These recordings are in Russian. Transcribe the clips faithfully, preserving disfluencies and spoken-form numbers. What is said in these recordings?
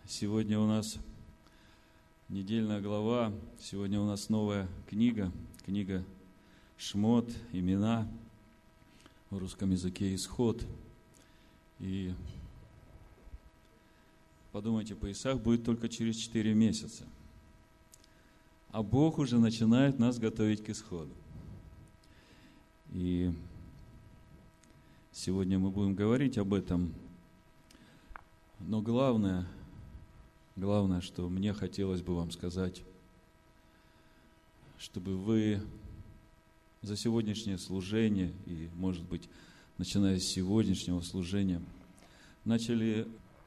Сегодня у нас недельная глава, сегодня у нас новая книга, книга Шмот, имена, в русском языке Исход. И подумайте, Песах будет только через четыре месяца. А Бог уже начинает нас готовить к исходу. И сегодня мы будем говорить об этом. Но главное, главное, что мне хотелось бы вам сказать, чтобы вы за сегодняшнее служение и, может быть, начиная с сегодняшнего служения, начали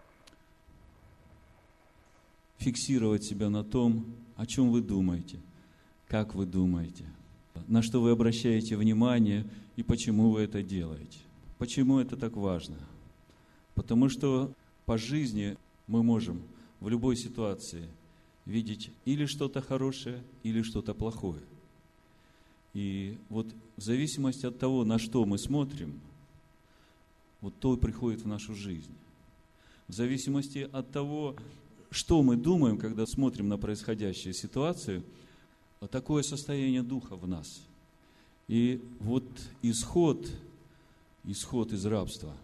фиксировать себя на том, о чем вы думаете, как вы думаете, на что вы обращаете внимание и почему вы это делаете. Почему это так важно? Потому что по жизни мы можем в любой ситуации видеть или что-то хорошее, или что-то плохое. И вот в зависимости от того, на что мы смотрим, вот то и приходит в нашу жизнь. В зависимости от того, что мы думаем, когда смотрим на происходящую ситуацию, такое состояние духа в нас. И вот исход, исход из рабства,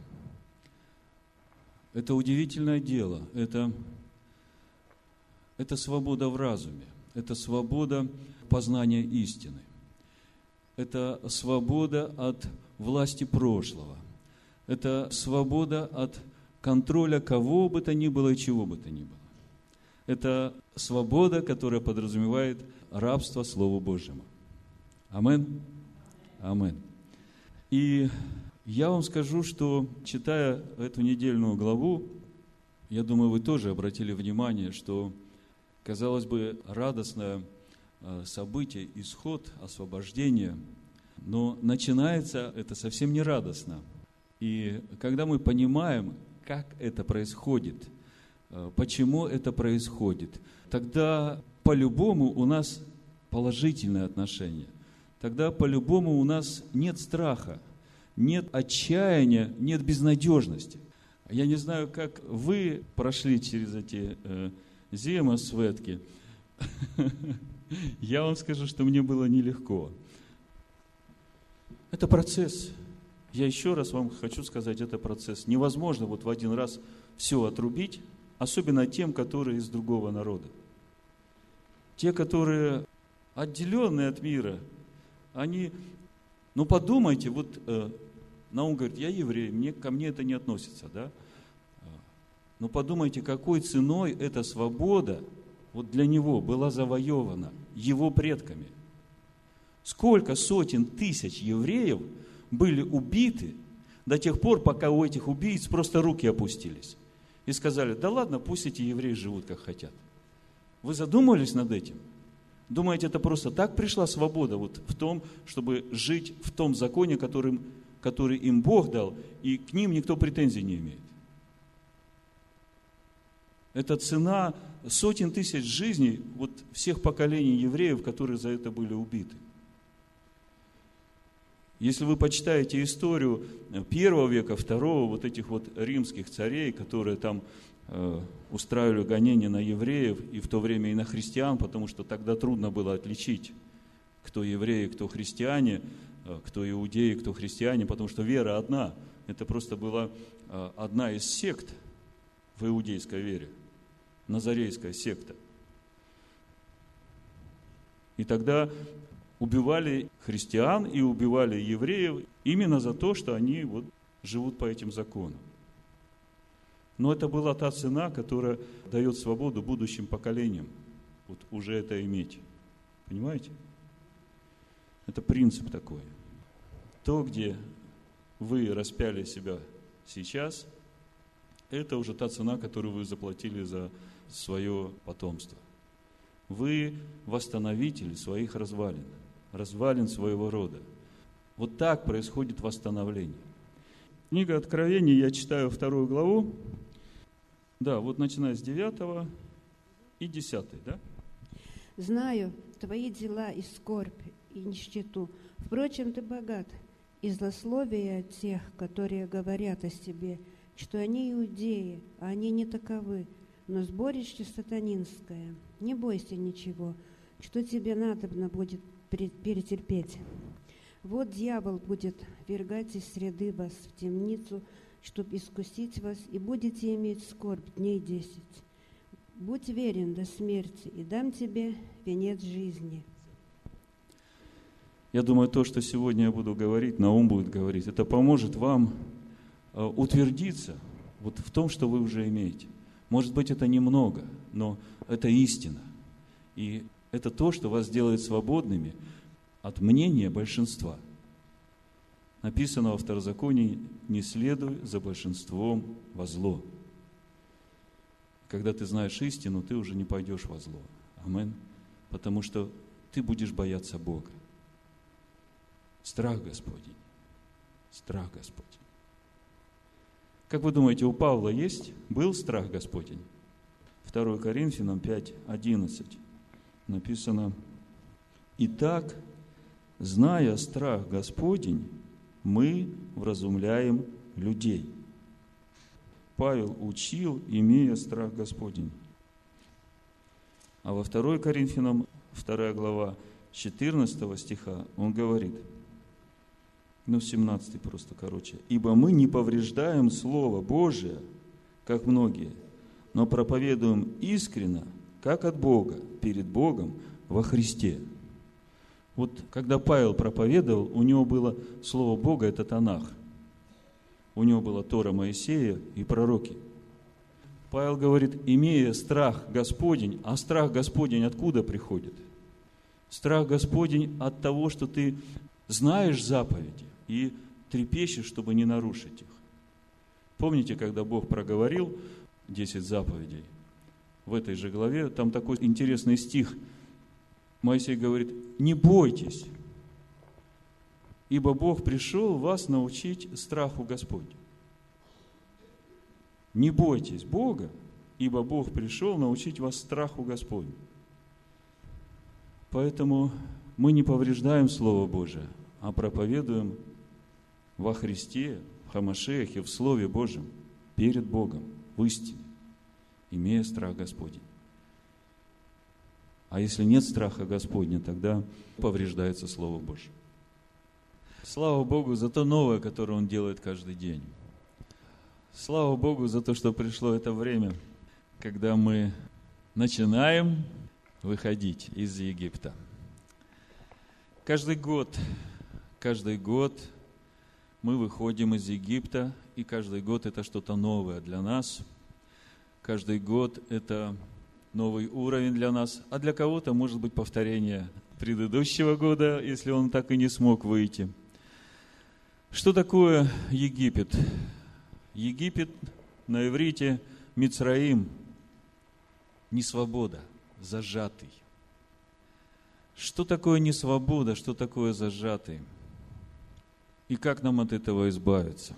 это удивительное дело, это, это свобода в разуме, это свобода познания истины, это свобода от власти прошлого, это свобода от контроля кого бы то ни было и чего бы то ни было. Это свобода, которая подразумевает рабство Слову Божьему. Амин? Амин. И я вам скажу, что, читая эту недельную главу, я думаю, вы тоже обратили внимание, что, казалось бы, радостное событие, исход, освобождение, но начинается это совсем не радостно. И когда мы понимаем, как это происходит, почему это происходит, тогда по-любому у нас положительное отношение. Тогда по-любому у нас нет страха, нет отчаяния, нет безнадежности. Я не знаю, как вы прошли через эти э, зимы, светки. Я вам скажу, что мне было нелегко. Это процесс. Я еще раз вам хочу сказать, это процесс. Невозможно вот в один раз все отрубить, особенно тем, которые из другого народа. Те, которые отделенные от мира, они, ну подумайте, вот э, Наум говорит, я еврей, мне, ко мне это не относится, да? Но подумайте, какой ценой эта свобода вот для него была завоевана его предками. Сколько сотен тысяч евреев были убиты до тех пор, пока у этих убийц просто руки опустились. И сказали, да ладно, пусть эти евреи живут, как хотят. Вы задумывались над этим? Думаете, это просто так пришла свобода вот в том, чтобы жить в том законе, которым, который им Бог дал, и к ним никто претензий не имеет? Это цена сотен тысяч жизней вот всех поколений евреев, которые за это были убиты. Если вы почитаете историю первого века, второго, вот этих вот римских царей, которые там э, устраивали гонения на евреев, и в то время и на христиан, потому что тогда трудно было отличить, кто евреи, кто христиане, э, кто иудеи, кто христиане, потому что вера одна. Это просто была э, одна из сект в иудейской вере, назарейская секта. И тогда убивали христиан и убивали евреев именно за то, что они вот живут по этим законам. Но это была та цена, которая дает свободу будущим поколениям вот уже это иметь. Понимаете? Это принцип такой. То, где вы распяли себя сейчас, это уже та цена, которую вы заплатили за свое потомство. Вы восстановители своих развалин, развалин своего рода. Вот так происходит восстановление. Книга Откровений, я читаю вторую главу. Да, вот начиная с девятого и десятой, да? «Знаю твои дела и скорбь, и нищету. Впрочем, ты богат, и злословие от тех, которые говорят о себе, что они иудеи, а они не таковы, но сборище сатанинское. Не бойся ничего, что тебе надобно будет перетерпеть. Вот дьявол будет вергать из среды вас в темницу, чтоб искусить вас, и будете иметь скорбь дней десять. Будь верен до смерти, и дам тебе венец жизни». Я думаю, то, что сегодня я буду говорить, Наум будет говорить, это поможет вам утвердиться вот в том, что вы уже имеете. Может быть, это немного, но это истина. И это то, что вас делает свободными от мнения большинства. Написано во Второзаконии: «Не следуй за большинством во зло». Когда ты знаешь истину, ты уже не пойдешь во зло. Амин. Потому что ты будешь бояться Бога. Страх Господень. Страх Господень. Как вы думаете, у Павла есть, был страх Господень? второе Коринфянам пять одиннадцать написано: «Итак, зная страх Господень, мы вразумляем людей». Павел учил, имея страх Господень. А во второе Коринфянам, вторая глава, четырнадцатого стиха, он говорит, ну, семнадцатый просто короче: «Ибо мы не повреждаем Слово Божие, как многие, но проповедуем искренно, как от Бога, перед Богом во Христе». Вот когда Павел проповедовал, у него было Слово Бога, это Танах. У него была Тора Моисея и пророки. Павел говорит, имея страх Господень, а страх Господень откуда приходит? Страх Господень от того, что ты знаешь заповеди и трепещешь, чтобы не нарушить их. Помните, когда Бог проговорил десять заповедей? В этой же главе там такой интересный стих. Моисей говорит: «Не бойтесь, ибо Бог пришел вас научить страху Господню». Не бойтесь Бога, ибо Бог пришел научить вас страху Господню. Поэтому мы не повреждаем Слово Божие, а проповедуем во Христе, в Хамашиахе, в Слове Божьем, перед Богом, в истине, имея страх Господень. А если нет страха Господня, тогда повреждается Слово Божье. Слава Богу за то новое, которое Он делает каждый день. Слава Богу за то, что пришло это время, когда мы начинаем выходить из Египта. Каждый год, каждый год мы выходим из Египта, и каждый год это что-то новое для нас. Каждый год это новый уровень для нас, а для кого-то может быть повторение предыдущего года, если он так и не смог выйти. Что такое Египет? Египет на иврите Мицраим, несвобода, зажатый. Что такое несвобода, что такое зажатый? И как нам от этого избавиться?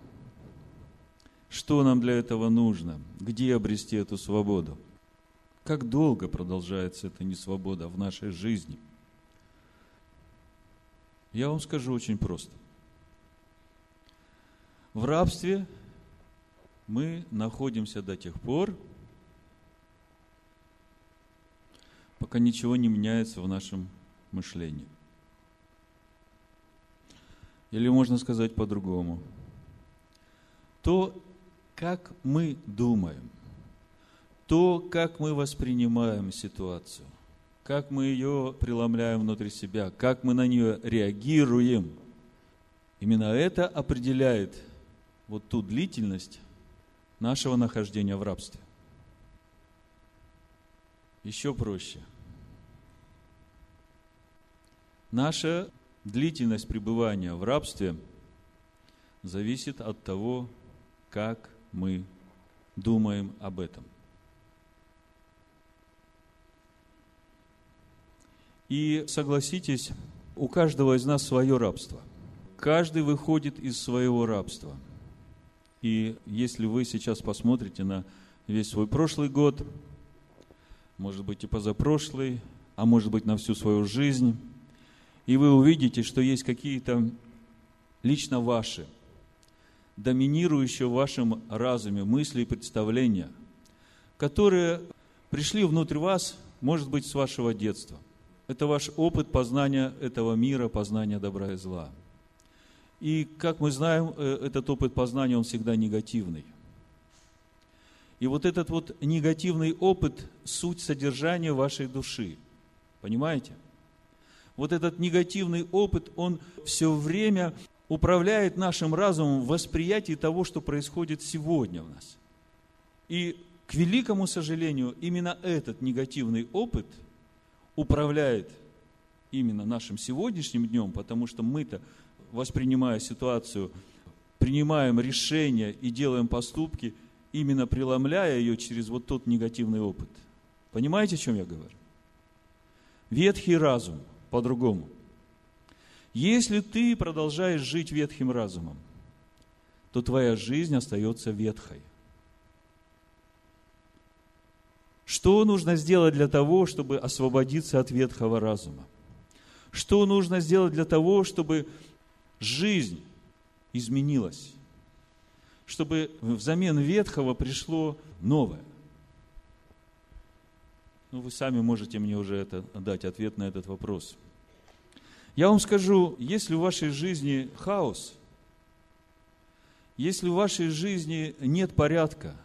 Что нам для этого нужно? Где обрести эту свободу? Как долго продолжается эта несвобода в нашей жизни? Я вам скажу очень просто. В рабстве мы находимся до тех пор, пока ничего не меняется в нашем мышлении. Или можно сказать по-другому. То, как мы думаем, то, как мы воспринимаем ситуацию, как мы ее преломляем внутри себя, как мы на нее реагируем, именно это определяет вот ту длительность нашего нахождения в рабстве. Еще проще. Наша длительность пребывания в рабстве зависит от того, как мы думаем об этом. И согласитесь, у каждого из нас свое рабство. Каждый выходит из своего рабства. И если вы сейчас посмотрите на весь свой прошлый год, может быть и позапрошлый, а может быть на всю свою жизнь, и вы увидите, что есть какие-то лично ваши, доминирующие в вашем разуме мысли и представления, которые пришли внутрь вас, может быть, с вашего детства. Это ваш опыт познания этого мира, познания добра и зла. И, как мы знаем, этот опыт познания, он всегда негативный. И вот этот вот негативный опыт – суть содержания вашей души. Понимаете? Вот этот негативный опыт, он все время управляет нашим разумом в восприятии того, что происходит сегодня в нас. И, к великому сожалению, именно этот негативный опыт управляет именно нашим сегодняшним днем, потому что мы-то, воспринимая ситуацию, принимаем решения и делаем поступки, именно преломляя ее через вот тот негативный опыт. Понимаете, о чем я говорю? Ветхий разум, по-другому. Если ты продолжаешь жить ветхим разумом, то твоя жизнь остается ветхой. Что нужно сделать для того, чтобы освободиться от ветхого разума? Что нужно сделать для того, чтобы жизнь изменилась? Чтобы взамен ветхого пришло новое? Ну, вы сами можете мне уже это, дать ответ на этот вопрос. Я вам скажу, если в вашей жизни хаос, если в вашей жизни нет порядка,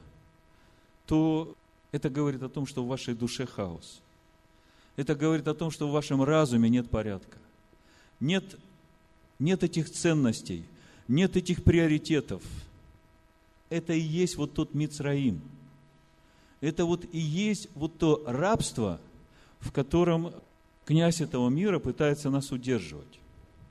то это говорит о том, что в вашей душе хаос. Это говорит о том, что в вашем разуме нет порядка. Нет, нет этих ценностей, нет этих приоритетов. Это и есть вот тот Мицраим. Это вот и есть вот то рабство, в котором князь этого мира пытается нас удерживать.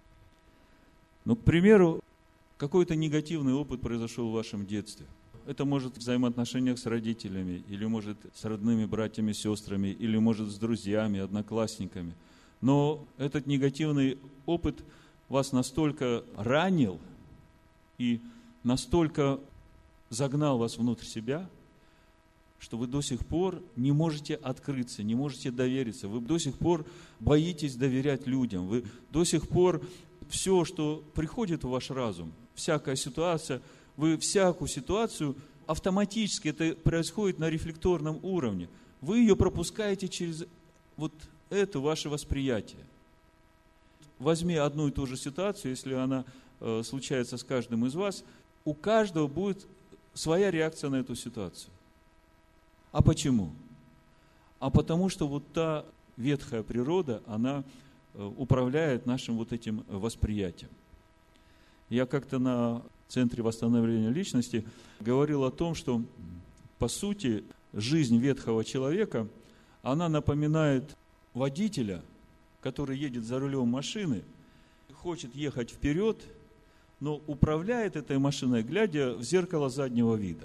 Ну, к примеру, какой-то негативный опыт произошел в вашем детстве. Это может в взаимоотношениях с родителями, или может с родными братьями, сестрами, или может с друзьями, одноклассниками. Но этот негативный опыт вас настолько ранил и настолько загнал вас внутрь себя, что вы до сих пор не можете открыться, не можете довериться. Вы до сих пор боитесь доверять людям. Вы до сих пор все, что приходит в ваш разум, всякая ситуация, вы всякую ситуацию автоматически, это происходит на рефлекторном уровне. Вы ее пропускаете через вот это ваше восприятие. Возьми одну и ту же ситуацию, если она э, случается с каждым из вас, у каждого будет своя реакция на эту ситуацию. А почему? А потому что вот та ветхая природа, она управляет нашим вот этим восприятием. Я как-то на Центре восстановления личности говорил о том, что по сути жизнь ветхого человека, она напоминает водителя, который едет за рулем машины, хочет ехать вперед, но управляет этой машиной, глядя в зеркало заднего вида.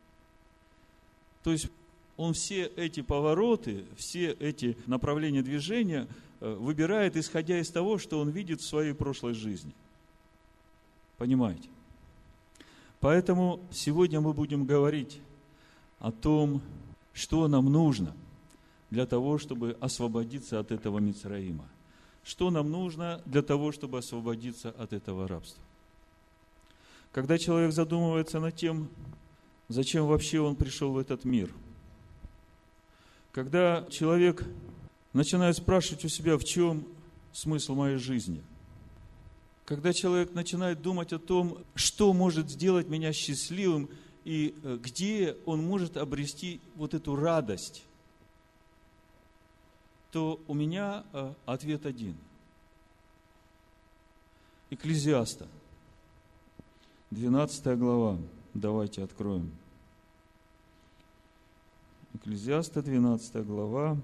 То есть он все эти повороты, все эти направления движения выбирает, исходя из того, что он видит в своей прошлой жизни. Понимаете? Поэтому сегодня мы будем говорить о том, что нам нужно для того, чтобы освободиться от этого Мицраима. Что нам нужно для того, чтобы освободиться от этого рабства. Когда человек задумывается над тем, зачем вообще он пришел в этот мир, когда человек начинает спрашивать у себя, в чем смысл моей жизни, когда человек начинает думать о том, что может сделать меня счастливым и где он может обрести вот эту радость, то у меня ответ один. Экклезиаста, двенадцатая глава. Давайте откроем. Экклезиаста, двенадцатая глава,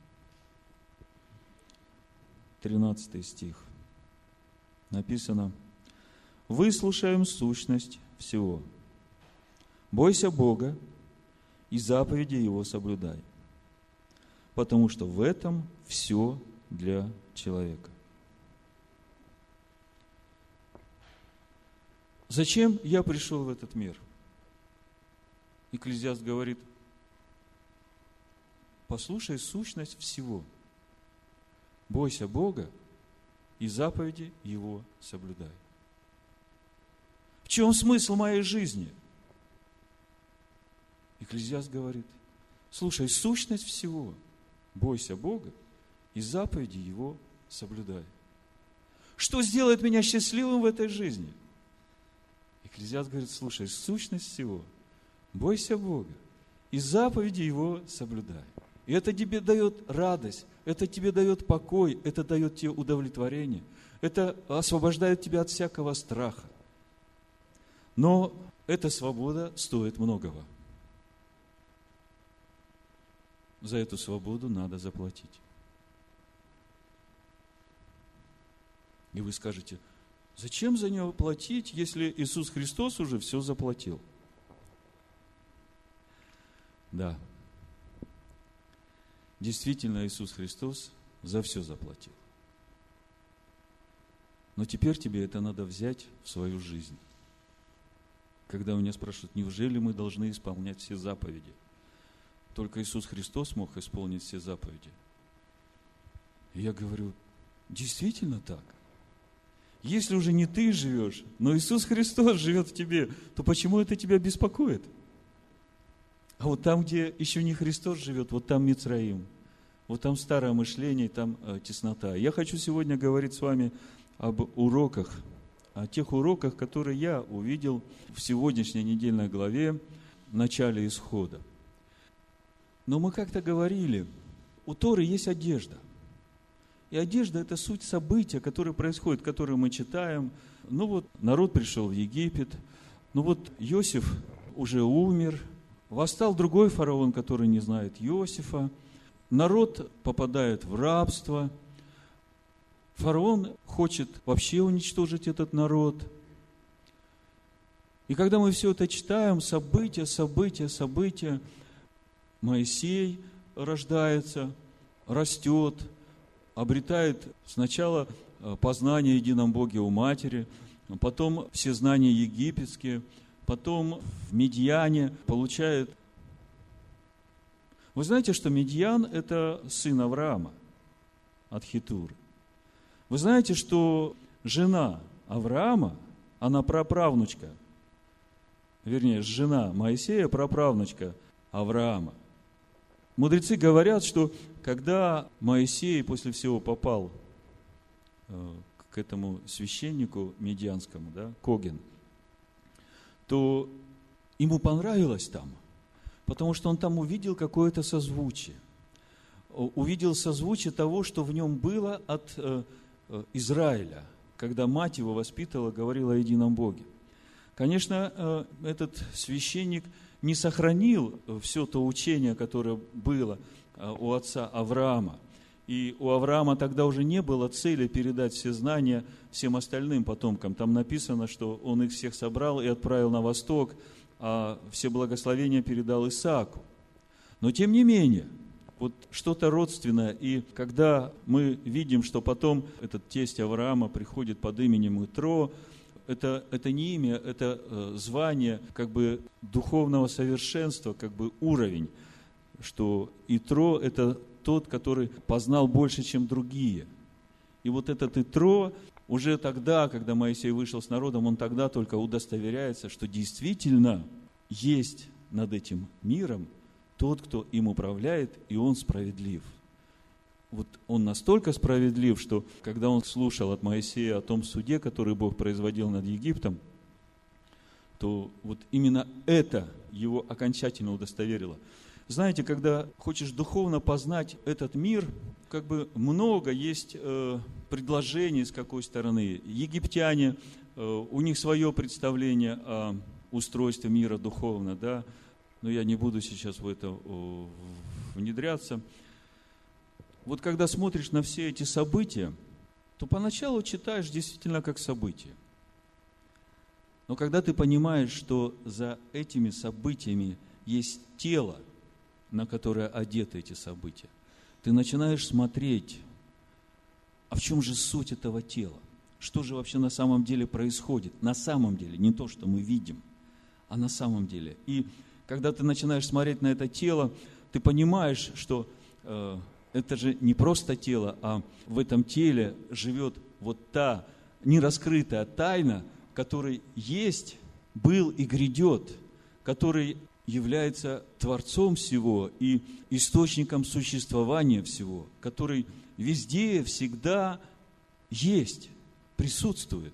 тринадцатый стих. Написано: «Выслушаем сущность всего. Бойся Бога и заповеди Его соблюдай, потому что в этом все для человека». Зачем я пришел в этот мир? Экклезиаст говорит: послушай сущность всего. Бойся Бога и заповеди Его соблюдай. В чем смысл моей жизни? Экклезиаст говорит: Слушай, сущность всего. Бойся Бога и заповеди Его соблюдай. Что сделает меня счастливым в этой жизни? Экклезиаст говорит, слушай, сущность всего. Бойся Бога и заповеди Его соблюдай. И это тебе дает радость, это тебе дает покой, это дает тебе удовлетворение, это освобождает тебя от всякого страха. Но эта свобода стоит многого. За эту свободу надо заплатить. И вы скажете, зачем за нее платить, если Иисус Христос уже все заплатил? Да. Действительно, Иисус Христос за все заплатил. Но теперь тебе это надо взять в свою жизнь. Когда у меня спрашивают, неужели мы должны исполнять все заповеди? Только Иисус Христос мог исполнить все заповеди. И я говорю, действительно так. Если уже не ты живешь, но Иисус Христос живет в тебе, то почему это тебя беспокоит? А вот там, где еще не Христос живет, вот там Мицраим, вот там старое мышление, там э, теснота. Я хочу сегодня говорить с вами об уроках, о тех уроках, которые я увидел в сегодняшней недельной главе, в начале Исхода. Но мы как-то говорили, у Торы есть одежда. И одежда – это суть события, которые происходят, которые мы читаем. Ну вот, народ пришел в Египет, ну вот Иосиф уже умер, восстал другой фараон, который не знает Иосифа, народ попадает в рабство, фараон хочет вообще уничтожить этот народ. И когда мы все это читаем, события, события, события, Моисей рождается, растет, обретает сначала познание о едином Боге у матери, потом все знания египетские, потом в Медьяне получает. Вы знаете, что Медьян – это сын Авраама от Хетуры. Вы знаете, что жена Авраама, она праправнучка, вернее, жена Моисея, праправнучка Авраама. Мудрецы говорят, что когда Моисей после всего попал э, к этому священнику медианскому, да, Коген, то ему понравилось там, потому что он там увидел какое-то созвучие. Увидел созвучие того, что в нем было от э, э, Израиля, когда мать его воспитывала, говорила о едином Боге. Конечно, э, этот священник не сохранил все то учение, которое было у отца Авраама. И у Авраама тогда уже не было цели передать все знания всем остальным потомкам. Там написано, что он их всех собрал и отправил на восток, а все благословения передал Исааку. Но тем не менее, вот что-то родственное. И когда мы видим, что потом этот тесть Авраама приходит под именем Итро, Это, это не имя, это э, звание как бы духовного совершенства, как бы уровень, что Итро – это тот, который познал больше, чем другие. И вот этот Итро уже тогда, когда Моисей вышел с народом, он тогда только удостоверяется, что действительно есть над этим миром тот, кто им управляет, и он справедлив. Вот он настолько справедлив, что когда он слушал от Моисея о том суде, который Бог производил над Египтом, то вот именно это его окончательно удостоверило. Знаете, когда хочешь духовно познать этот мир, как бы много есть э, предложений с какой стороны. Египтяне, э, у них свое представление о устройстве мира духовно, да, но я не буду сейчас в это о, внедряться. Вот когда смотришь на все эти события, то поначалу читаешь действительно как события. Но когда ты понимаешь, что за этими событиями есть тело, на которое одеты эти события, ты начинаешь смотреть, а в чем же суть этого тела? Что же вообще на самом деле происходит? На самом деле, не то, что мы видим, а на самом деле. И когда ты начинаешь смотреть на это тело, ты понимаешь, что э, это же не просто тело, а в этом теле живет вот та нераскрытая тайна, который есть, был и грядет, который является Творцом всего и источником существования всего, который везде, всегда есть, присутствует.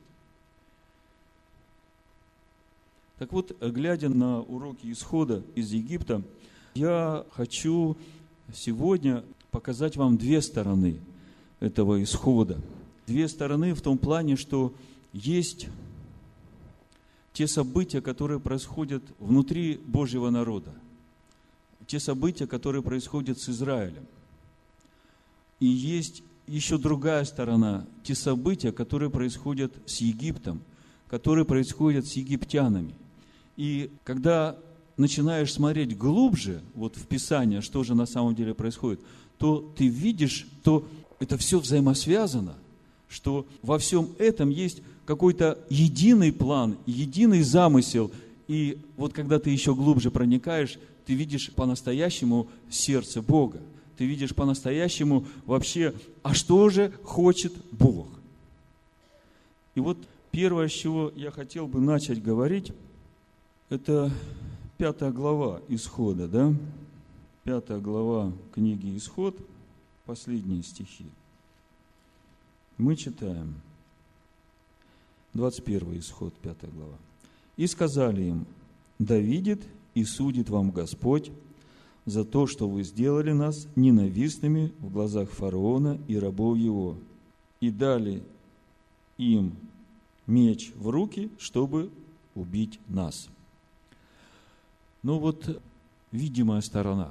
Так вот, глядя на уроки исхода из Египта, я хочу сегодня показать вам две стороны этого исхода. Две стороны в том плане, что есть те события, которые происходят внутри Божьего народа, те события, которые происходят с Израилем. И есть еще другая сторона, те события, которые происходят с Египтом, которые происходят с египтянами. И когда начинаешь смотреть глубже вот в Писание, что же на самом деле происходит, то ты видишь, что это все взаимосвязано, что во всем этом есть какой-то единый план, единый замысел. И вот когда ты еще глубже проникаешь, ты видишь по-настоящему сердце Бога. Ты видишь по-настоящему вообще, а что же хочет Бог. И вот первое, с чего я хотел бы начать говорить, это пятая глава Исхода, да? Пятая глава книги Исход, последние стихи. Мы читаем двадцать первый Исход, пятая глава. «И сказали им: да видит и судит вам Господь за то, что вы сделали нас ненавистными в глазах фараона и рабов его, и дали им меч в руки, чтобы убить нас». Ну вот, видимая сторона.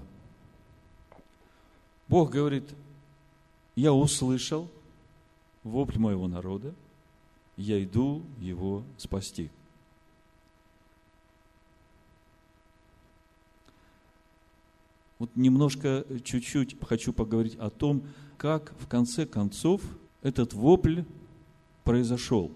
Бог говорит: я услышал вопль моего народа, я иду его спасти. Вот немножко, чуть-чуть хочу поговорить о том, как в конце концов этот вопль произошел.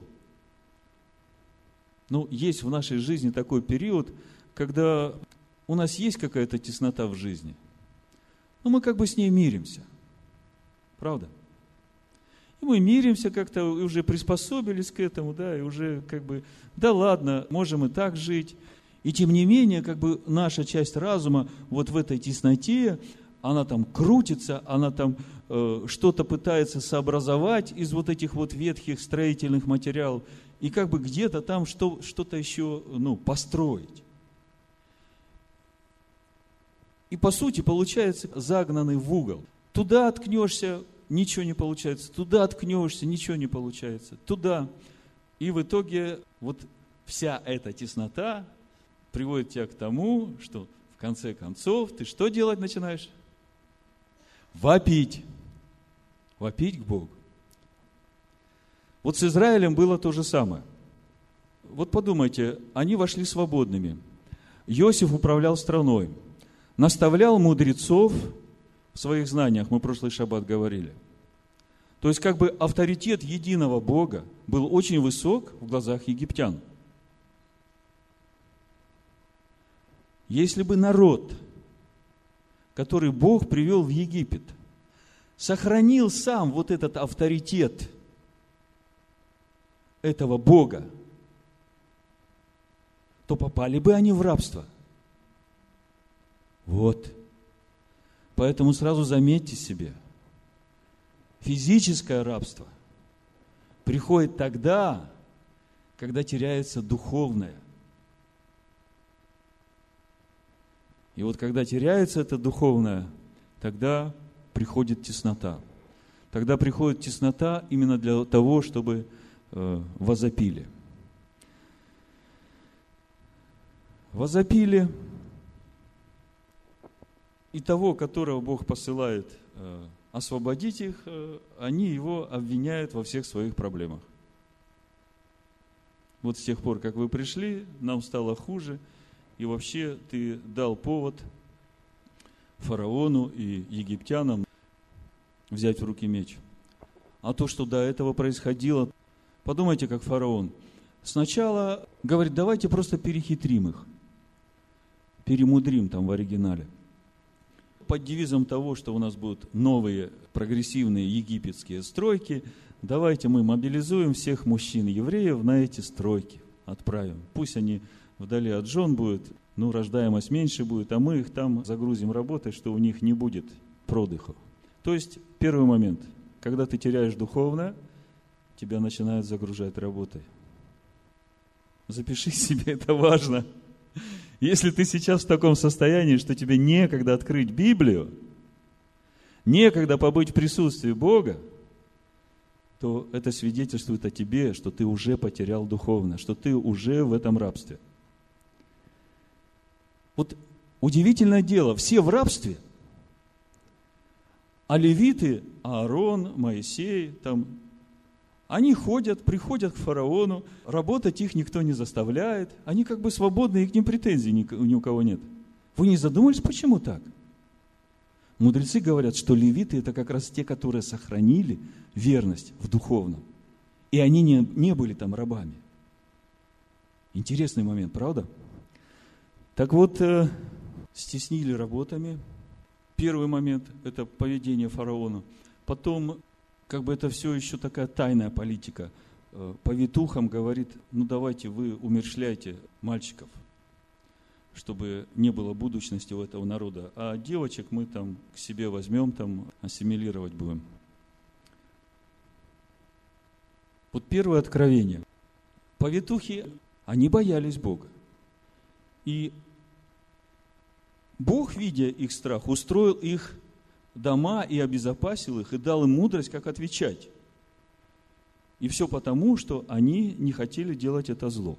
Ну, есть в нашей жизни такой период, когда у нас есть какая-то теснота в жизни, но мы как бы с ней миримся. Правда? И мы миримся как-то, и уже приспособились к этому, да, и уже как бы, да ладно, можем и так жить. И тем не менее, как бы наша часть разума вот в этой тесноте, она там крутится, она там э, что-то пытается сообразовать из вот этих вот ветхих строительных материалов, и как бы где-то там что, что-то еще, ну, построить. И по сути получается загнанный в угол. Туда откнешься, ничего не получается. Туда откнешься, ничего не получается. Туда. И в итоге вот вся эта теснота приводит тебя к тому, что в конце концов ты что делать начинаешь? Вопить. Вопить к Богу. Вот с Израилем было то же самое. Вот подумайте, они вошли свободными. Иосиф управлял страной, наставлял мудрецов в своих знаниях, мы в прошлый шаббат говорили. То есть как бы авторитет единого Бога был очень высок в глазах египтян. Если бы народ, который Бог привел в Египет, сохранил сам вот этот авторитет этого Бога, то попали бы они в рабство. Вот. Поэтому сразу заметьте себе, физическое рабство приходит тогда, когда теряется духовное. И вот когда теряется это духовное, тогда приходит теснота. Тогда приходит теснота именно для того, чтобы э, возопили. Возопили, и того, которого Бог посылает э, освободить их, э, они его обвиняют во всех своих проблемах. Вот с тех пор, как вы пришли, нам стало хуже, и вообще ты дал повод фараону и египтянам взять в руки меч. А то, что до этого происходило, подумайте, как фараон. Сначала говорит, давайте просто перехитрим их, перемудрим там в оригинале. Под девизом того, что у нас будут новые прогрессивные египетские стройки, давайте мы мобилизуем всех мужчин евреев на эти стройки, отправим. Пусть они вдали от жен будут, ну, рождаемость меньше будет, а мы их там загрузим работой, что у них не будет продыху. То есть, первый момент, когда ты теряешь духовно, тебя начинают загружать работой. Запиши себе, это важно. Если ты сейчас в таком состоянии, что тебе некогда открыть Библию, некогда побыть в присутствии Бога, то это свидетельствует о тебе, что ты уже потерял духовно, что ты уже в этом рабстве. Вот удивительное дело, все в рабстве, а левиты, Аарон, Моисей, там, они ходят, приходят к фараону, работать их никто не заставляет, они как бы свободны, и к ним претензий ни, ни у кого нет. Вы не задумались, почему так? Мудрецы говорят, что левиты – это как раз те, которые сохранили верность в духовном. И они не, не были там рабами. Интересный момент, правда? Так вот, э, стеснили работами. Первый момент – это поведение фараона. Потом, как бы это все еще такая тайная политика. Э, повитухам говорит, ну давайте вы умерщвляйте мальчиков, чтобы не было будущности у этого народа. А девочек мы там к себе возьмем, там ассимилировать будем. Вот первое откровение. Повитухи, они боялись Бога. И Бог, видя их страх, устроил их дома и обезопасил их, и дал им мудрость, как отвечать. И все потому, что они не хотели делать это зло.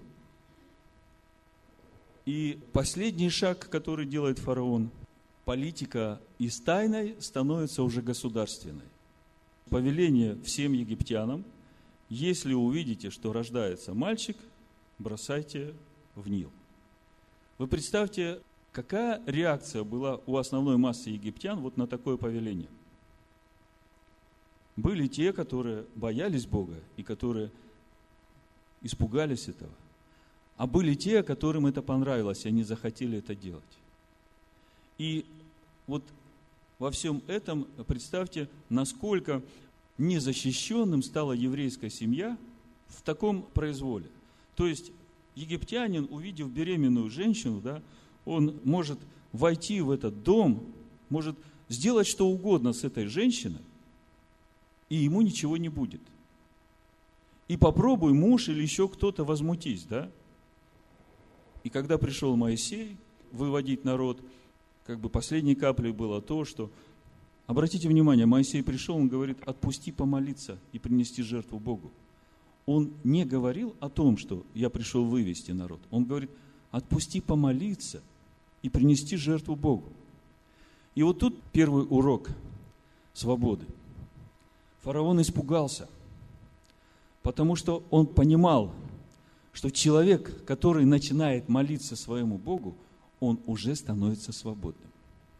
И последний шаг, который делает фараон, политика из тайной становится уже государственной. Повеление всем египтянам: если увидите, что рождается мальчик, бросайте в Нил. Вы представьте, какая реакция была у основной массы египтян вот на такое повеление. Были те, которые боялись Бога и которые испугались этого. А были те, которым это понравилось, и они захотели это делать. И вот во всем этом представьте, насколько незащищенным стала еврейская семья в таком произволе. То есть египтянин, увидев беременную женщину, да, он может войти в этот дом, может сделать что угодно с этой женщиной, и ему ничего не будет. И попробуй муж или еще кто-то возмутись, да? И когда пришел Моисей выводить народ, как бы последней каплей было то, что, обратите внимание, Моисей пришел, он говорит, отпусти помолиться и принести жертву Богу. Он не говорил о том, что я пришел вывести народ. Он говорит, отпусти помолиться и принести жертву Богу. И вот тут первый урок свободы. Фараон испугался, потому что он понимал, что человек, который начинает молиться своему Богу, он уже становится свободным.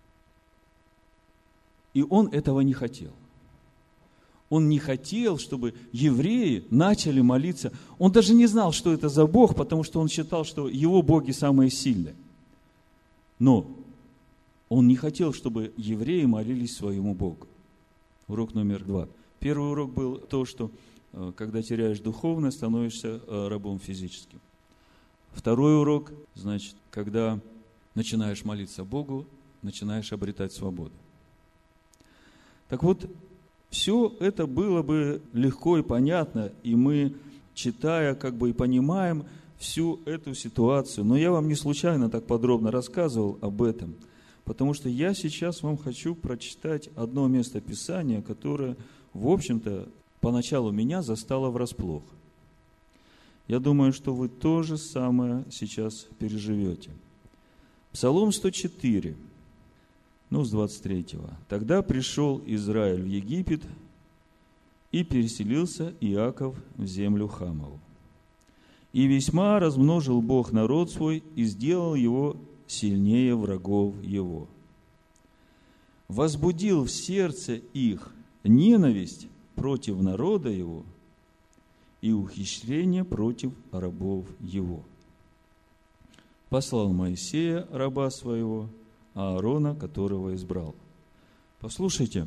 И он этого не хотел. Он не хотел, чтобы евреи начали молиться. Он даже не знал, что это за Бог, потому что он считал, что его боги самые сильные. Но он не хотел, чтобы евреи молились своему Богу. Урок номер два. Первый урок был то, что когда теряешь духовное, становишься рабом физическим. Второй урок, значит, когда начинаешь молиться Богу, начинаешь обретать свободу. Так вот, все это было бы легко и понятно, и мы, читая, как бы и понимаем всю эту ситуацию. Но я вам не случайно так подробно рассказывал об этом, потому что я сейчас вам хочу прочитать одно место Писания, которое, в общем-то, поначалу меня застало врасплох. Я думаю, что вы то же самое сейчас переживете. Псалом сто четыре, ну, с двадцать третьего. «Тогда пришел Израиль в Египет, и переселился Иаков в землю Хамову. И весьма размножил Бог народ свой, и сделал его сильнее врагов его. Возбудил в сердце их ненависть против народа его и ухищрение против рабов его. Послал Моисея, раба своего, а Аарона, которого избрал». Послушайте,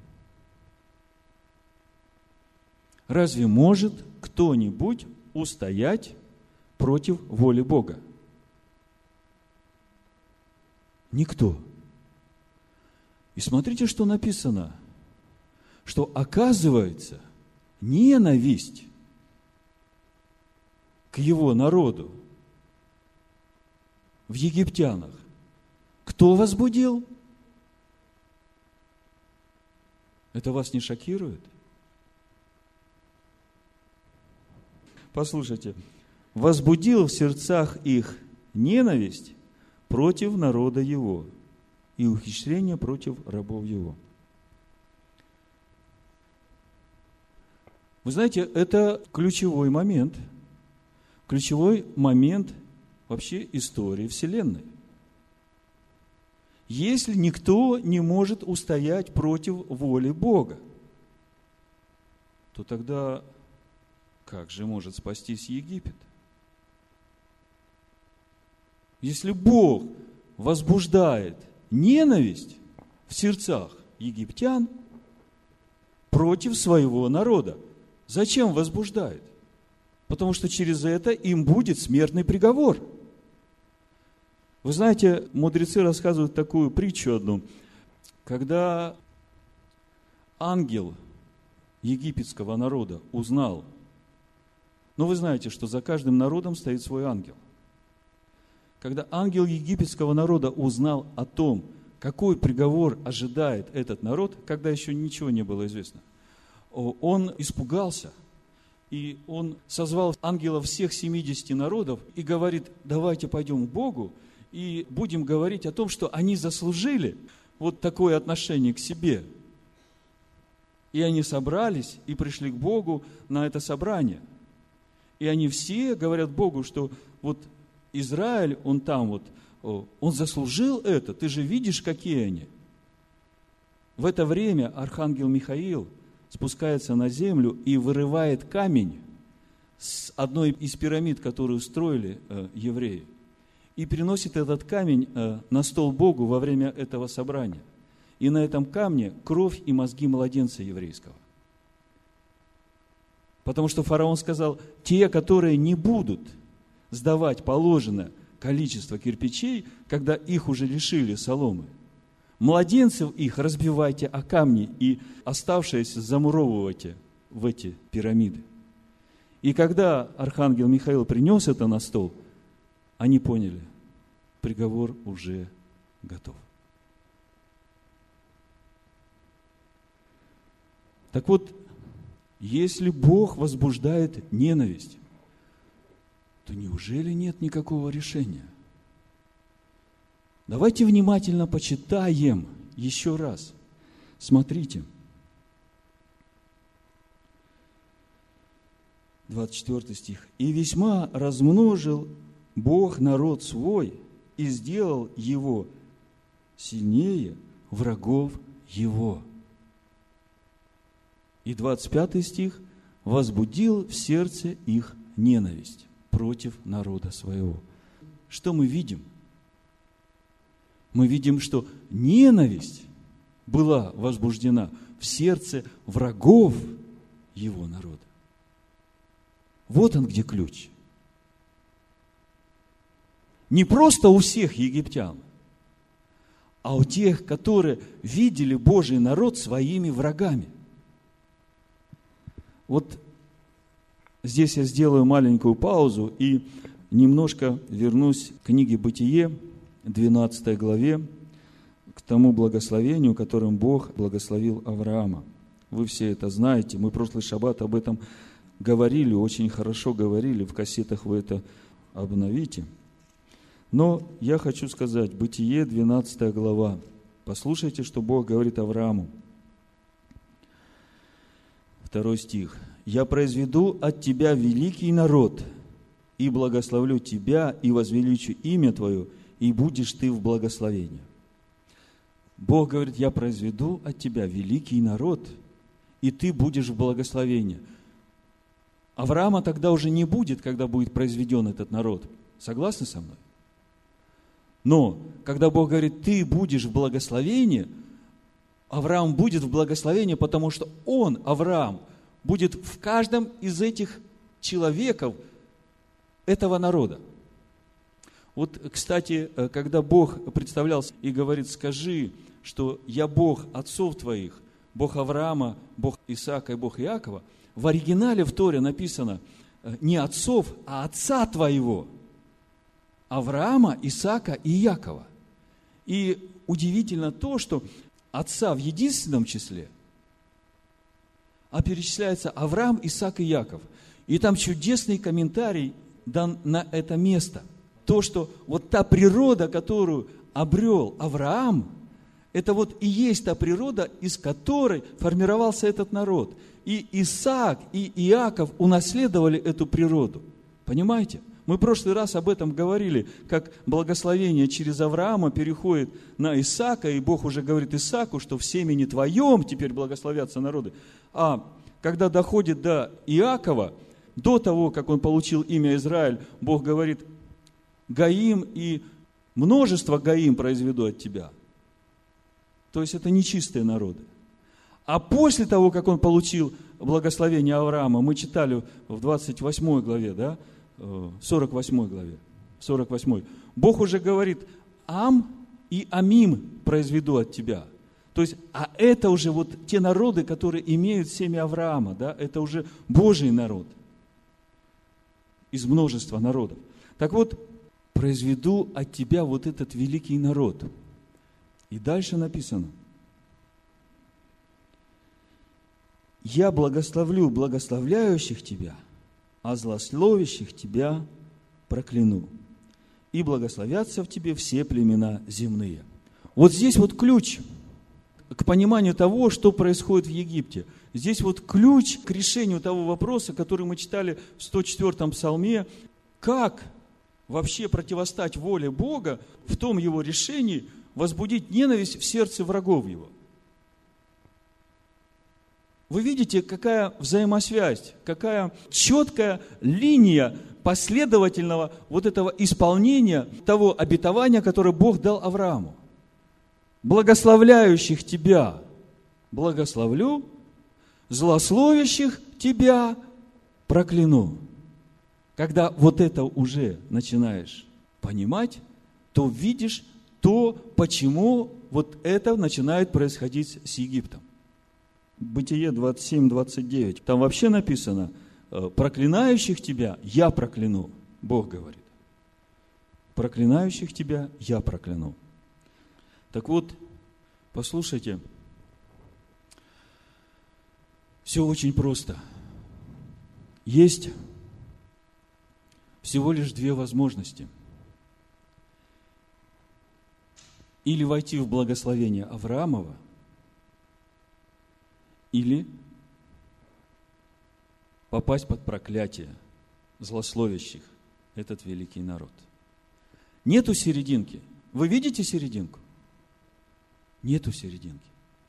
разве может кто-нибудь устоять против воли Бога? Никто. И смотрите, что написано, что оказывается ненависть к его народу в египтянах кто возбудил? Это вас не шокирует? Послушайте, возбудил в сердцах их ненависть против народа его и ухищрение против рабов его. Вы знаете, это ключевой момент, ключевой момент вообще истории Вселенной. Если никто не может устоять против воли Бога, то тогда как же может спастись Египет? Если Бог возбуждает ненависть в сердцах египтян против своего народа, зачем возбуждает? Потому что через это им будет смертный приговор. Вы знаете, мудрецы рассказывают такую притчу одну. Когда ангел египетского народа узнал, но вы знаете, что за каждым народом стоит свой ангел. Когда ангел египетского народа узнал о том, какой приговор ожидает этот народ, когда еще ничего не было известно, он испугался, и он созвал ангелов всех семидесяти народов и говорит: давайте пойдем к Богу и будем говорить о том, что они заслужили вот такое отношение к себе. И они собрались и пришли к Богу на это собрание. И они все говорят Богу, что вот Израиль, он там вот, он заслужил это, ты же видишь, какие они. В это время архангел Михаил спускается на землю и вырывает камень с одной из пирамид, которую строили э, евреи, и переносит этот камень э, на стол Богу во время этого собрания. И на этом камне кровь и мозги младенца еврейского. Потому что фараон сказал: те, которые не будут сдавать положенное количество кирпичей, когда их уже лишили соломы, младенцев их разбивайте о камни и оставшиеся замуровывайте в эти пирамиды. И когда архангел Михаил принес это на стол, они поняли, приговор уже готов. Так вот, если Бог возбуждает ненависть, то неужели нет никакого решения? Давайте внимательно почитаем еще раз. Смотрите. двадцать четвёртый стих. «И весьма размножил Бог народ свой и сделал его сильнее врагов его». И двадцать пятый стих. «Возбудил в сердце их ненависть против народа своего». Что мы видим? Мы видим, что ненависть была возбуждена в сердце врагов его народа. Вот он где ключ. Не просто у всех египтян, а у тех, которые видели Божий народ своими врагами. Вот здесь я сделаю маленькую паузу и немножко вернусь к книге «Бытие», двенадцатой главе, к тому благословению, которым Бог благословил Авраама. Вы все это знаете, мы прошлый шаббат об этом говорили, очень хорошо говорили, в кассетах вы это обновите. Но я хочу сказать, Бытие, двенадцатая глава. Послушайте, что Бог говорит Аврааму. Второй стих. «Я произведу от тебя великий народ, и благословлю тебя, и возвеличу имя твое, и будешь ты в благословении». Бог говорит: я произведу от тебя великий народ, и ты будешь в благословении. Авраама тогда уже не будет, когда будет произведен этот народ. Согласны со мной? Но, когда Бог говорит: ты будешь в благословении, Авраам будет в благословении, потому что он, Авраам, будет в каждом из этих человеков этого народа. Вот, кстати, когда Бог представлялся и говорит: скажи, что я Бог отцов твоих, Бог Авраама, Бог Исаака и Бог Иакова, в оригинале в Торе написано не отцов, а отца твоего, Авраама, Исаака и Иакова. И удивительно то, что отца в единственном числе, а перечисляется Авраам, Исаак и Иаков. И там чудесный комментарий дан на это место. То, что вот та природа, которую обрел Авраам, это вот и есть та природа, из которой формировался этот народ. И Исаак, и Иаков унаследовали эту природу. Понимаете? Мы в прошлый раз об этом говорили, как благословение через Авраама переходит на Исаака, и Бог уже говорит Исааку, что в семени твоем теперь благословятся народы. А когда доходит до Иакова, до того, как он получил имя Израиль, Бог говорит: Гаим и множество Гаим произведу от тебя. То есть это нечистые народы. А после того, как он получил благословение Авраама, мы читали в двадцать восьмой главе, да, сорок восьмой главе, сорок восьмой, Бог уже говорит: Ам и Амим произведу от тебя. То есть, а это уже вот те народы, которые имеют семя Авраама, да, это уже Божий народ из множества народов. Так вот, произведу от тебя вот этот великий народ. И дальше написано: я благословлю благословляющих тебя, а злословящих тебя прокляну. И благословятся в тебе все племена земные. Вот здесь вот ключ к пониманию того, что происходит в Египте. Здесь вот ключ к решению того вопроса, который мы читали в сто четвёртом псалме. Как вообще противостать воле Бога в том его решении возбудить ненависть в сердце врагов его? Вы видите, какая взаимосвязь, какая четкая линия последовательного вот этого исполнения того обетования, которое Бог дал Аврааму. Благословляющих тебя благословлю, злословящих тебя прокляну. Когда вот это уже начинаешь понимать, то видишь то, почему вот это начинает происходить с Египтом. Бытие двадцать семь двадцать девять. Там вообще написано: проклинающих тебя я прокляну. Бог говорит. Проклинающих тебя я прокляну. Так вот, послушайте, все очень просто. Есть всего лишь две возможности. Или войти в благословение Авраамова, или попасть под проклятие злословящих этот великий народ. Нету серединки. Вы видите серединку? Нету серединки.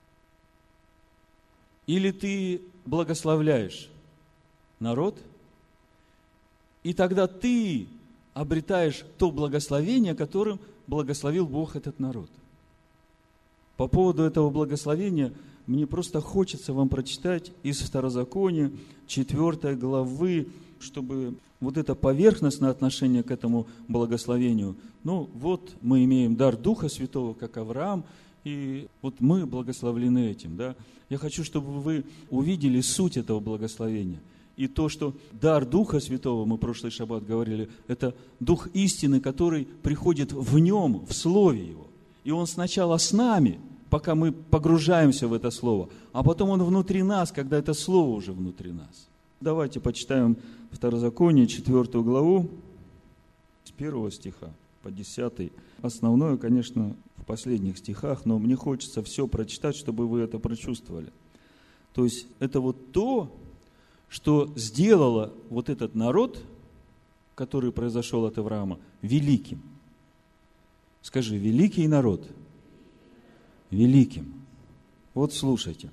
Или ты благословляешь народ, и тогда ты обретаешь то благословение, которым благословил Бог этот народ. По поводу этого благословения мне просто хочется вам прочитать из Второзакония, четвёртой главы, чтобы вот это поверхностное отношение к этому благословению. Ну, вот мы имеем дар Духа Святого, как Авраам, и вот мы благословлены этим, да. Я хочу, чтобы вы увидели суть этого благословения. И то, что дар Духа Святого, мы в прошлый шаббат говорили, это Дух истины, который приходит в нем, в Слове Его. И Он сначала с нами, пока мы погружаемся в это Слово, а потом Он внутри нас, когда это Слово уже внутри нас. Давайте почитаем Второзаконие, четвёртую главу, с первого стиха по десятый. Основное, конечно, в последних стихах, но мне хочется все прочитать, чтобы вы это прочувствовали. То есть это вот то, что сделало вот этот народ, который произошел от Авраама, великим. Скажи: великий народ. Великим. Вот слушайте.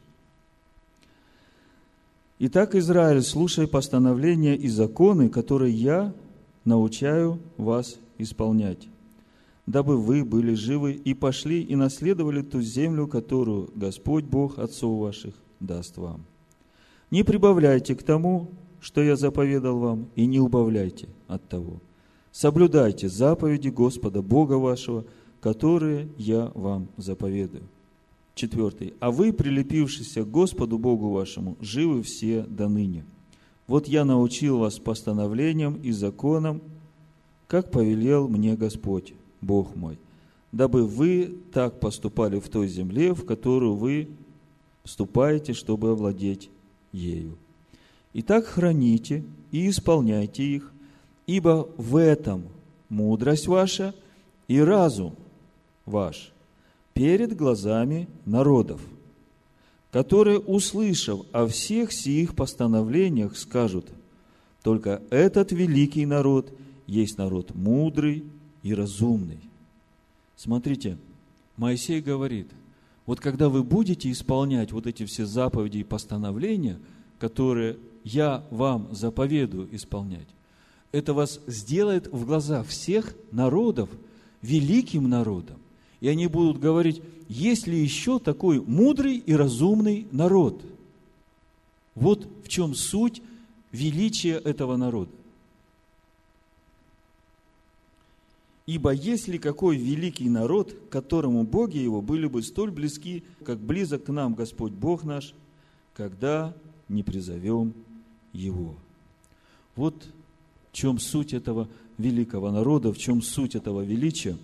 Итак, Израиль, слушай постановления и законы, которые я научаю вас исполнять, дабы вы были живы и пошли и наследовали ту землю, которую Господь Бог отцов ваших даст вам. Не прибавляйте к тому, что я заповедал вам, и не убавляйте от того. соблюдайте заповеди Господа Бога вашего, которые я вам заповедую. Четвертый. А вы, прилепившиеся к Господу Богу вашему, живы все до ныне. Вот я научил вас постановлениям и законам, как повелел мне Господь, Бог мой, дабы вы так поступали в той земле, в которую вы вступаете, чтобы овладеть ею. Итак, храните и исполняйте их, ибо в этом мудрость ваша и разум ваш перед глазами народов, которые, услышав о всех сих постановлениях, скажут: только этот великий народ есть народ мудрый и разумный. Смотрите, Моисей говорит, вот когда вы будете исполнять вот эти все заповеди и постановления, которые я вам заповедую исполнять, это вас сделает в глазах всех народов великим народом. И они будут говорить: есть ли еще такой мудрый и разумный народ? Вот в чем суть величия этого народа. Ибо есть ли какой великий народ, которому боги его были бы столь близки, как близок к нам Господь Бог наш, когда не призовем его? Вот в чем суть этого великого народа, в чем суть этого величия.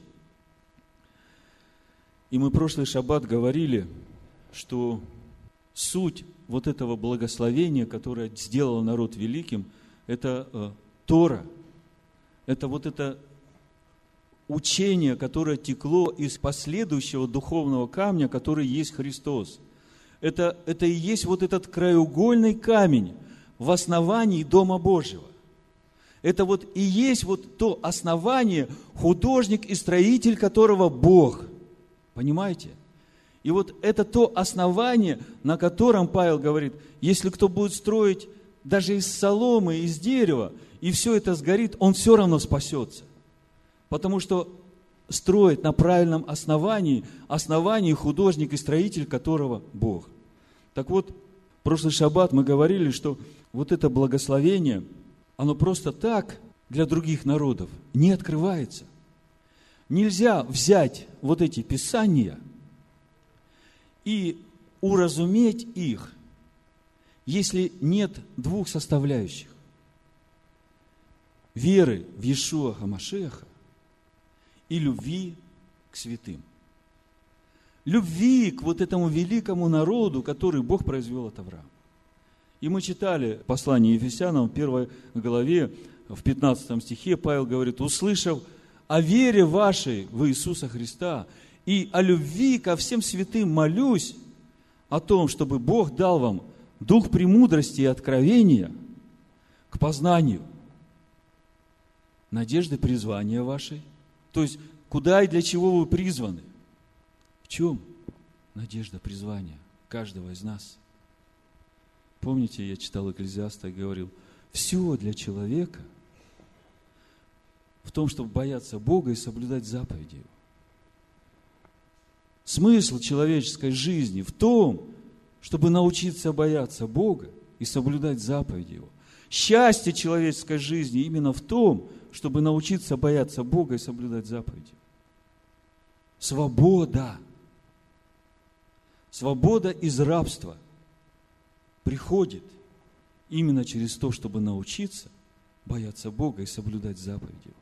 И мы прошлый шаббат говорили, что суть вот этого благословения, которое сделало народ великим, это э, Тора, это вот это учение, которое текло из последующего духовного камня, который есть Христос. Это, это и есть вот этот краеугольный камень в основании Дома Божьего. Это вот и есть вот то основание, художник и строитель которого Бог. Понимаете? И вот это то основание, на котором Павел говорит, если кто будет строить даже из соломы, из дерева, и все это сгорит, он все равно спасется. Потому что строит на правильном основании, основании художник и строитель которого Бог. Так вот, в прошлый шаббат мы говорили, что вот это благословение, оно просто так для других народов не открывается. Нельзя взять вот эти писания и уразуметь их, если нет двух составляющих. Веры в Иешуа ха-Машиаха и любви к святым. Любви к вот этому великому народу, который Бог произвел от Авраама. И мы читали послание Ефесянам в первой главе, в пятнадцатом стихе, Павел говорит: услышав о вере вашей в Иисуса Христа и о любви ко всем святым, молюсь о том, чтобы Бог дал вам дух премудрости и откровения к познанию надежды призвания вашей. То есть, куда и для чего вы призваны? В чем надежда призвания каждого из нас? Помните, я читал Экклезиаста и говорил, все для человека в том, чтобы бояться Бога и соблюдать заповеди Его. Смысл человеческой жизни в том, чтобы научиться бояться Бога и соблюдать заповеди Его. Счастье человеческой жизни именно в том, чтобы научиться бояться Бога и соблюдать заповеди. Свобода. Свобода из рабства приходит именно через то, чтобы научиться бояться Бога и соблюдать заповеди Его.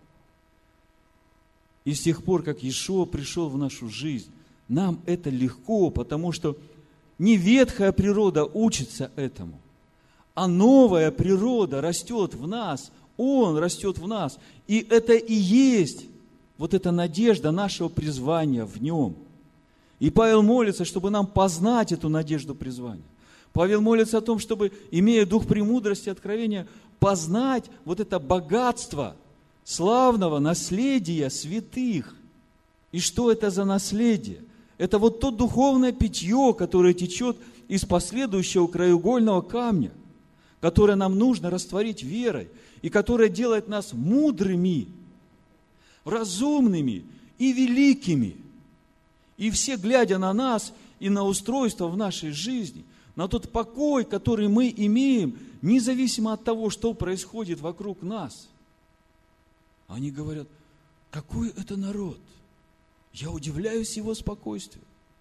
И с тех пор, как Иешуа пришел в нашу жизнь, нам это легко, потому что не ветхая природа учится этому, а новая природа растет в нас, Он растет в нас. И это и есть вот эта надежда нашего призвания в Нем. И Павел молится, чтобы нам познать эту надежду призвания. Павел молится о том, чтобы, имея дух премудрости и откровения, познать вот это богатство славного наследия святых. И что это за наследие? Это вот то духовное питье, которое течет из последующего краеугольного камня, которое нам нужно растворить верой, и которое делает нас мудрыми, разумными и великими. И все, глядя на нас и на устройство в нашей жизни, на тот покой, который мы имеем, независимо от того, что происходит вокруг нас, Они говорят, какой это народ? Я удивляюсь его спокойствию.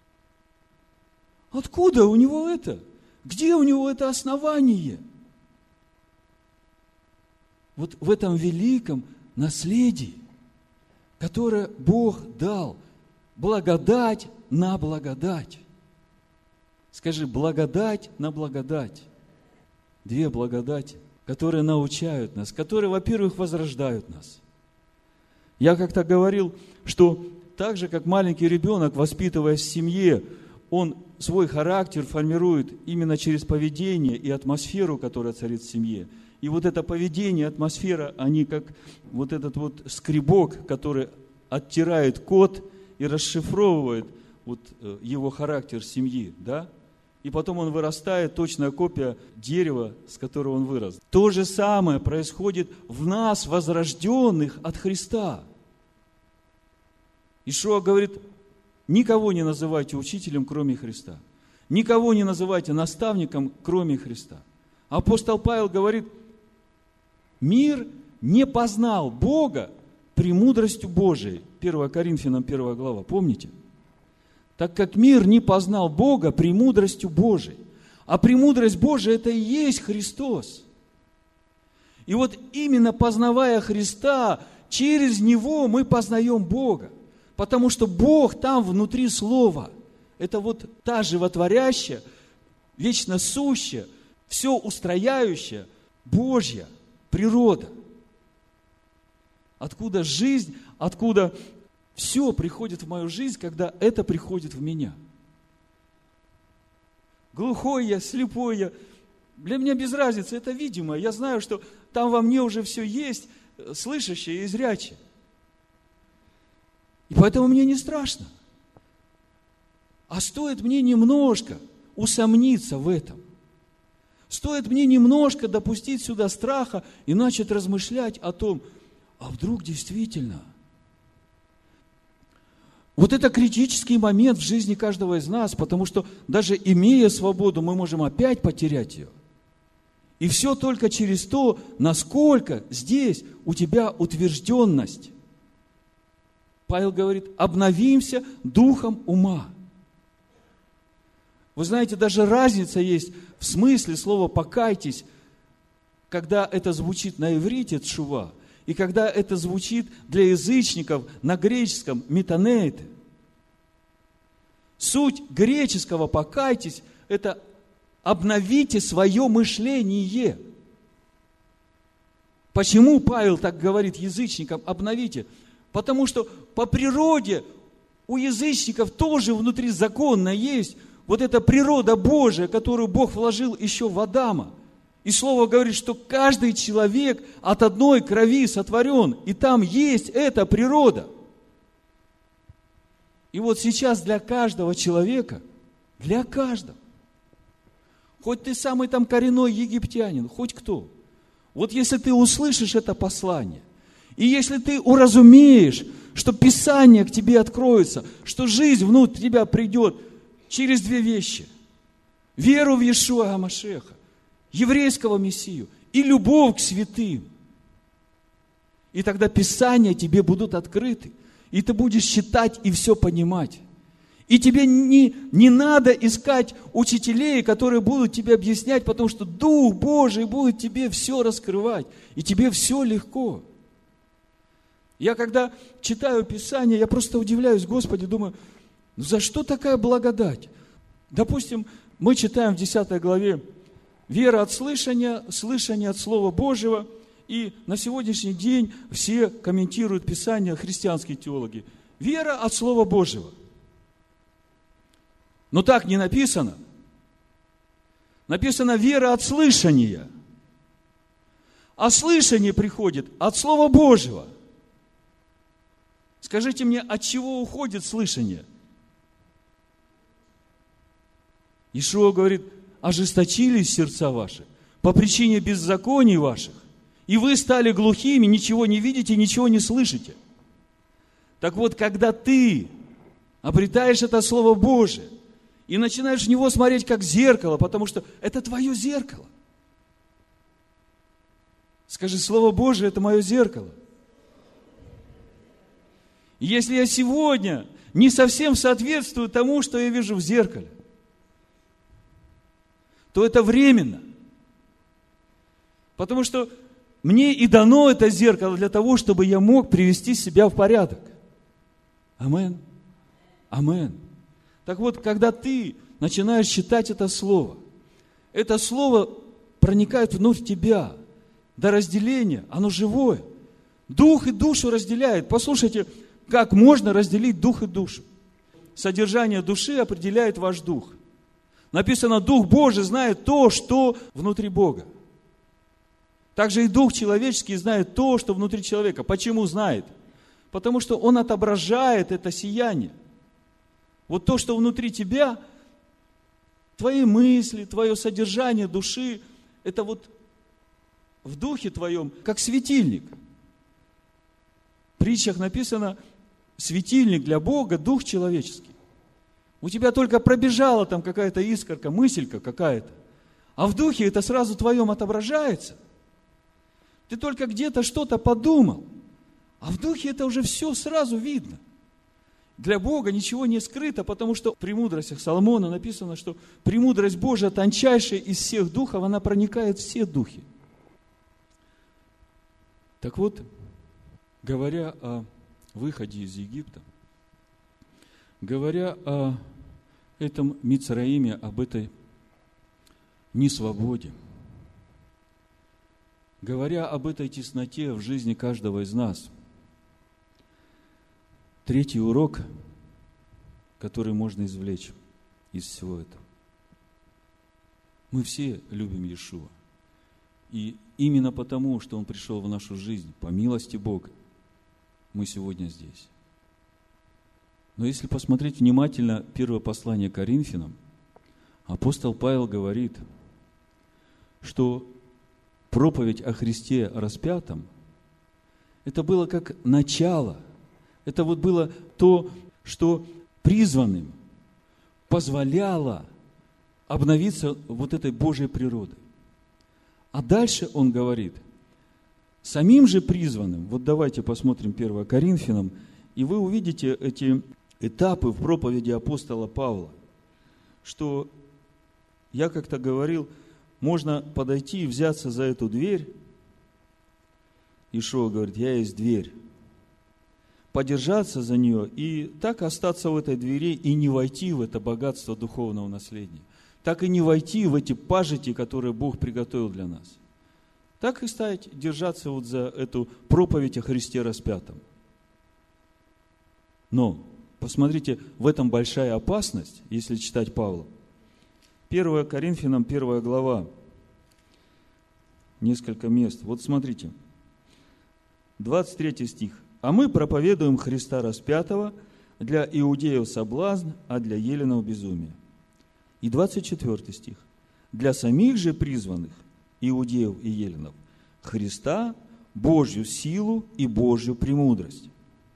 Откуда у него это? Где у него это основание? Вот в этом великом наследии, которое Бог дал, благодать на благодать. Скажи, благодать на благодать. Две благодати, которые научают нас, которые, во-первых, возрождают нас. Я как-то говорил, что так же, как маленький ребенок, воспитываясь в семье, он свой характер формирует именно через поведение и атмосферу, которая царит в семье. И вот это поведение, атмосфера, они как вот этот вот скребок, который оттирает код и расшифровывает вот его характер семьи, да? И потом он вырастает, точная копия дерева, с которого он вырос. То же самое происходит в нас, возрожденных от Христа. Ишуа говорит, никого не называйте учителем, кроме Христа. Никого не называйте наставником, кроме Христа. Апостол Павел говорит, мир не познал Бога премудростью Божией. первое Коринфянам первая глава, помните? Так как мир не познал Бога премудростью Божией. А премудрость Божия – это и есть Христос. И вот именно познавая Христа, через Него мы познаем Бога. Потому что Бог там внутри Слова. Это вот та животворящая, вечно сущая, все устрояющая Божья природа. Откуда жизнь, откуда все приходит в мою жизнь, когда это приходит в меня. Глухой я, слепой я, для меня без разницы, это видимое. Я знаю, что там во мне уже все есть, слышащее и зрячее. И поэтому мне не страшно. А стоит мне немножко усомниться в этом. Стоит мне немножко допустить сюда страха и начать размышлять о том, а вдруг действительно. Вот это критический момент в жизни каждого из нас, потому что даже имея свободу, мы можем опять потерять ее. И все только через то, насколько здесь у тебя утвержденность. Павел говорит, обновимся духом ума. Вы знаете, даже разница есть в смысле слова «покайтесь», когда это звучит на иврите «тшува», и когда это звучит для язычников на греческом «метанеите». Суть греческого «покайтесь» – это обновите свое мышление. Почему Павел так говорит язычникам «обновите»? Потому что по природе у язычников тоже внутри закона есть вот эта природа Божия, которую Бог вложил еще в Адама. И Слово говорит, что каждый человек от одной крови сотворен, и там есть эта природа. И вот сейчас для каждого человека, для каждого, хоть ты самый там коренной египтянин, хоть кто, вот если ты услышишь это послание, и если ты уразумеешь, что Писание к тебе откроется, что жизнь внутрь тебя придет через две вещи. Веру в Иешуа ха-Машиаха, еврейского Мессию и любовь к святым. И тогда Писания тебе будут открыты. И ты будешь читать и все понимать. И тебе не, не надо искать учителей, которые будут тебе объяснять, потому что Дух Божий будет тебе все раскрывать. И тебе все легко. Я когда читаю Писание, я просто удивляюсь, Господи, думаю, ну за что такая благодать? Допустим, мы читаем в десятой главе вера от слышания, слышание от Слова Божьего, и на сегодняшний день все комментируют Писание, христианские теологи. Вера от Слова Божьего. Но так не написано. Написано вера от слышания. А слышание приходит от Слова Божьего. Скажите мне, от чего уходит слышание? Иешуа говорит, ожесточились сердца ваши по причине беззаконий ваших, и вы стали глухими, ничего не видите, ничего не слышите. Так вот, когда ты обретаешь это Слово Божие и начинаешь в него смотреть как зеркало, потому что это твое зеркало. Скажи, Слово Божие – это мое зеркало. И если я сегодня не совсем соответствую тому, что я вижу в зеркале, то это временно. Потому что мне и дано это зеркало для того, чтобы я мог привести себя в порядок. Амен. Амен. Так вот, когда ты начинаешь читать это слово, это слово проникает внутрь тебя до разделения, оно живое. Дух и душу разделяет. Послушайте, как можно разделить дух и душу? Содержание души определяет ваш дух. Написано, Дух Божий знает то, что внутри Бога. Также и Дух человеческий знает то, что внутри человека. Почему знает? Потому что он отображает это сияние. Вот то, что внутри тебя, твои мысли, твое содержание души, это вот в духе твоем, как светильник. В притчах написано, светильник для Бога, дух человеческий. У тебя только пробежала там какая-то искорка, мыселька какая-то, а в духе это сразу твоем отображается. Ты только где-то что-то подумал, а в духе это уже все сразу видно. Для Бога ничего не скрыто, потому что в премудростях Соломона написано, что премудрость Божия, тончайшая из всех духов, она проникает в все духи. Так вот, говоря о выходе из Египта, говоря о этом Мицраиме, об этой несвободе, говоря об этой тесноте в жизни каждого из нас, третий урок, который можно извлечь из всего этого. Мы все любим Иешуа. И именно потому, что Он пришел в нашу жизнь, по милости Бога, мы сегодня здесь. Но если посмотреть внимательно первое послание Коринфянам, апостол Павел говорит, что проповедь о Христе распятом, это было как начало, это вот было то, что призванным позволяло обновиться вот этой Божьей природой. А дальше он говорит, самим же призванным, вот давайте посмотрим первое Коринфянам, и вы увидите эти этапы в проповеди апостола Павла, что я как-то говорил, можно подойти и взяться за эту дверь. Иешуа говорит, я есть дверь. Подержаться за нее и так остаться в этой двери и не войти в это богатство духовного наследия. Так и не войти в эти пажити, которые Бог приготовил для нас. Так и стать, держаться вот за эту проповедь о Христе распятом. Но, посмотрите, в этом большая опасность, если читать Павла. первое Коринфянам, первая глава, несколько мест. Вот смотрите, двадцать третий стих. «А мы проповедуем Христа распятого, для иудеев соблазн, а для еленов безумие». И двадцать четвёртый стих. «Для самих же призванных, иудеев и еленов, Христа, Божью силу и Божью премудрость».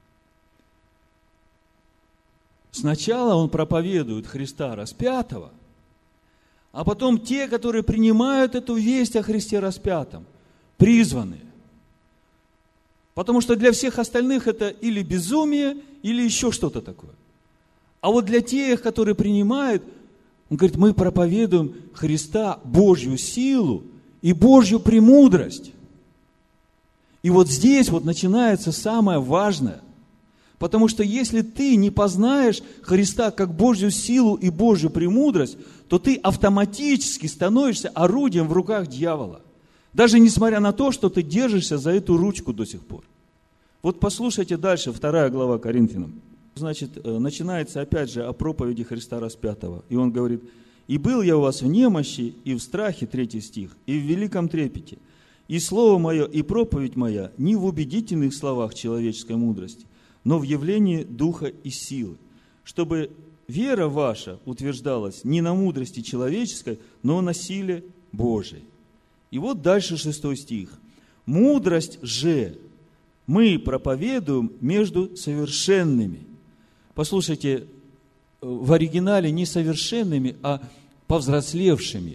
Сначала он проповедует Христа распятого, а потом те, которые принимают эту весть о Христе распятом, призванные. Потому что для всех остальных это или безумие, или еще что-то такое. А вот для тех, которые принимают, он говорит, мы проповедуем Христа, Божью силу и Божью премудрость. И вот здесь вот начинается самое важное. Потому что если ты не познаешь Христа как Божью силу и Божью премудрость, то ты автоматически становишься орудием в руках дьявола. Даже несмотря на то, что ты держишься за эту ручку до сих пор. Вот послушайте дальше, вторая глава Коринфянам. Значит, начинается опять же о проповеди Христа распятого. И он говорит, «И был я у вас в немощи, и в страхе», третий стих, «и в великом трепете. И слово мое, и проповедь моя не в убедительных словах человеческой мудрости, но в явлении духа и силы, чтобы вера ваша утверждалась не на мудрости человеческой, но на силе Божией». И вот дальше шестой стих. «Мудрость же мы проповедуем между совершенными». Послушайте, в оригинале не совершенными, а повзрослевшими.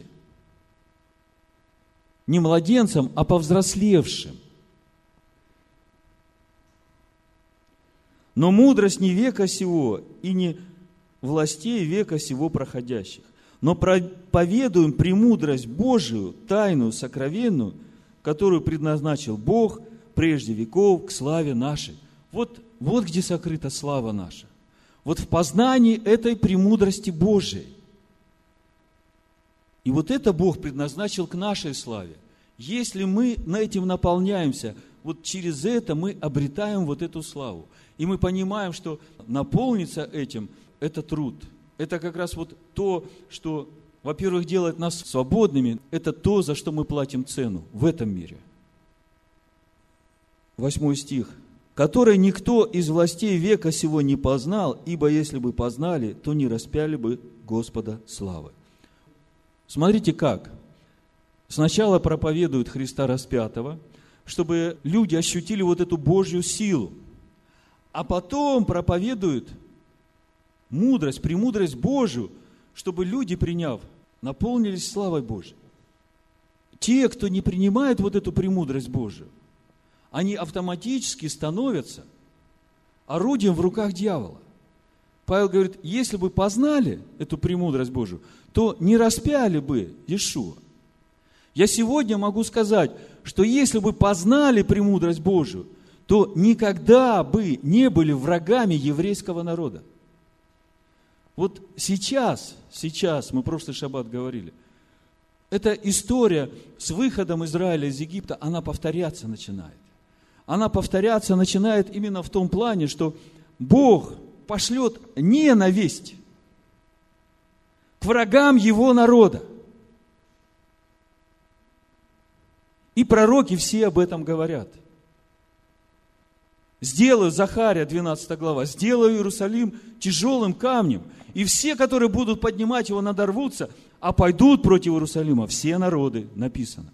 Не младенцам, а повзрослевшим. Но мудрость не века сего, и не властей века сего проходящих. Но проповедуем премудрость Божию, тайную, сокровенную, которую предназначил Бог прежде веков к славе нашей. Вот, вот где сокрыта слава наша. Вот в познании этой премудрости Божией. И вот это Бог предназначил к нашей славе. Если мы на этим наполняемся, вот через это мы обретаем вот эту славу. И мы понимаем, что наполниться этим – это труд. Это как раз вот то, что, во-первых, делает нас свободными, это то, за что мы платим цену в этом мире. Восьмой стих. «Который никто из властей века сего не познал, ибо если бы познали, то не распяли бы Господа славы». Смотрите как. Сначала проповедуют Христа распятого, чтобы люди ощутили вот эту Божью силу. А потом проповедуют мудрость, премудрость Божию, чтобы люди, приняв, наполнились славой Божией. Те, кто не принимает вот эту премудрость Божию, они автоматически становятся орудием в руках дьявола. Павел говорит, если бы познали эту премудрость Божию, то не распяли бы Иешуа. Я сегодня могу сказать, что если бы познали премудрость Божию, то никогда бы не были врагами еврейского народа. Вот сейчас, сейчас, мы прошлый шаббат говорили, эта история с выходом Израиля из Египта, она повторяться начинает. Она повторяться начинает именно в том плане, что Бог пошлет ненависть к врагам его народа. И пророки все об этом говорят. Сделаю, Захария, двенадцатая глава, сделаю Иерусалим тяжелым камнем, и все, которые будут поднимать его, надорвутся, а пойдут против Иерусалима все народы, написано.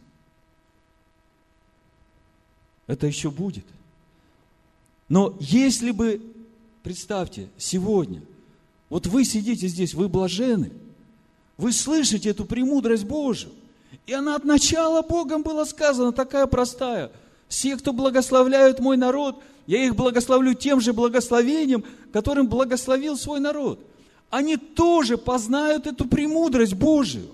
Это еще будет. Но если бы, представьте, сегодня, вот вы сидите здесь, вы блажены, вы слышите эту премудрость Божию, и она от начала Богом была сказана, такая простая. Все, кто благословляют мой народ, я их благословлю тем же благословением, которым благословил свой народ. Они тоже познают эту премудрость Божию.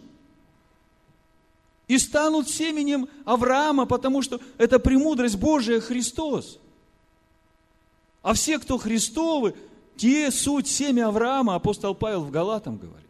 И станут семенем Авраама, потому что это премудрость Божия Христос. А все, кто Христовы, те суть семя Авраама, апостол Павел в Галатам говорит.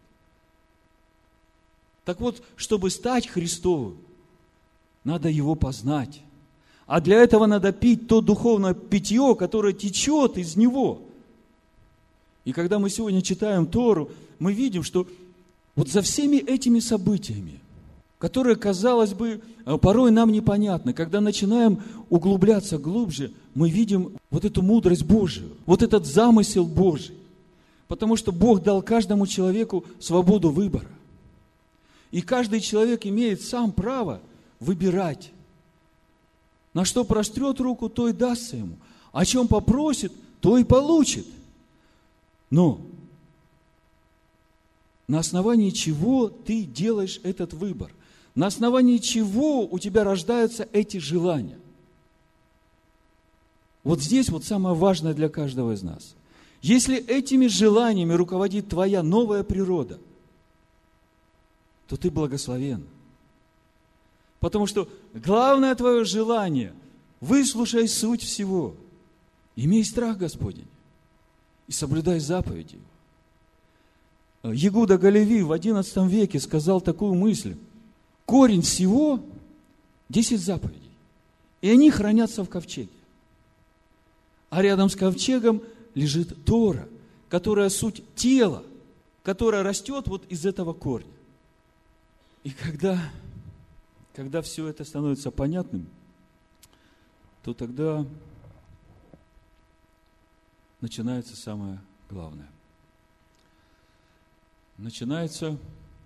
Так вот, чтобы стать Христовым, надо его познать. А для этого надо пить то духовное питье, которое течет из него. И когда мы сегодня читаем Тору, мы видим, что вот за всеми этими событиями, которые, казалось бы, порой нам непонятны, когда начинаем углубляться глубже, мы видим вот эту мудрость Божию, вот этот замысел Божий. Потому что Бог дал каждому человеку свободу выбора. И каждый человек имеет сам право выбирать. На что прострет руку, то и дастся ему. О чем попросит, то и получит. Но на основании чего ты делаешь этот выбор? На основании чего у тебя рождаются эти желания? Вот здесь вот самое важное для каждого из нас. Если этими желаниями руководит твоя новая природа, то ты благословен. Потому что главное твое желание – выслушай суть всего. Имей страх Господень и соблюдай заповеди Его. Егуда Галеви в одиннадцатом веке сказал такую мысль. Корень всего – десять заповедей. И они хранятся в ковчеге. А рядом с ковчегом лежит Тора, которая суть тела, которая растет вот из этого корня. И когда, когда все это становится понятным, то тогда начинается самое главное. Начинается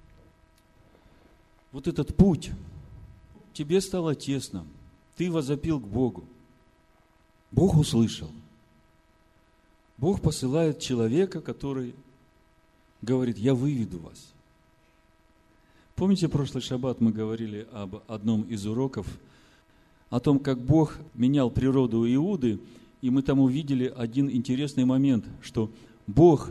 вот этот путь. Тебе стало тесно, ты возопил к Богу. Бог услышал. Бог посылает человека, который говорит, я выведу вас. Помните, прошлый шаббат мы говорили об одном из уроков, о том, как Бог менял природу Иуды, И мы там увидели один интересный момент, что Бог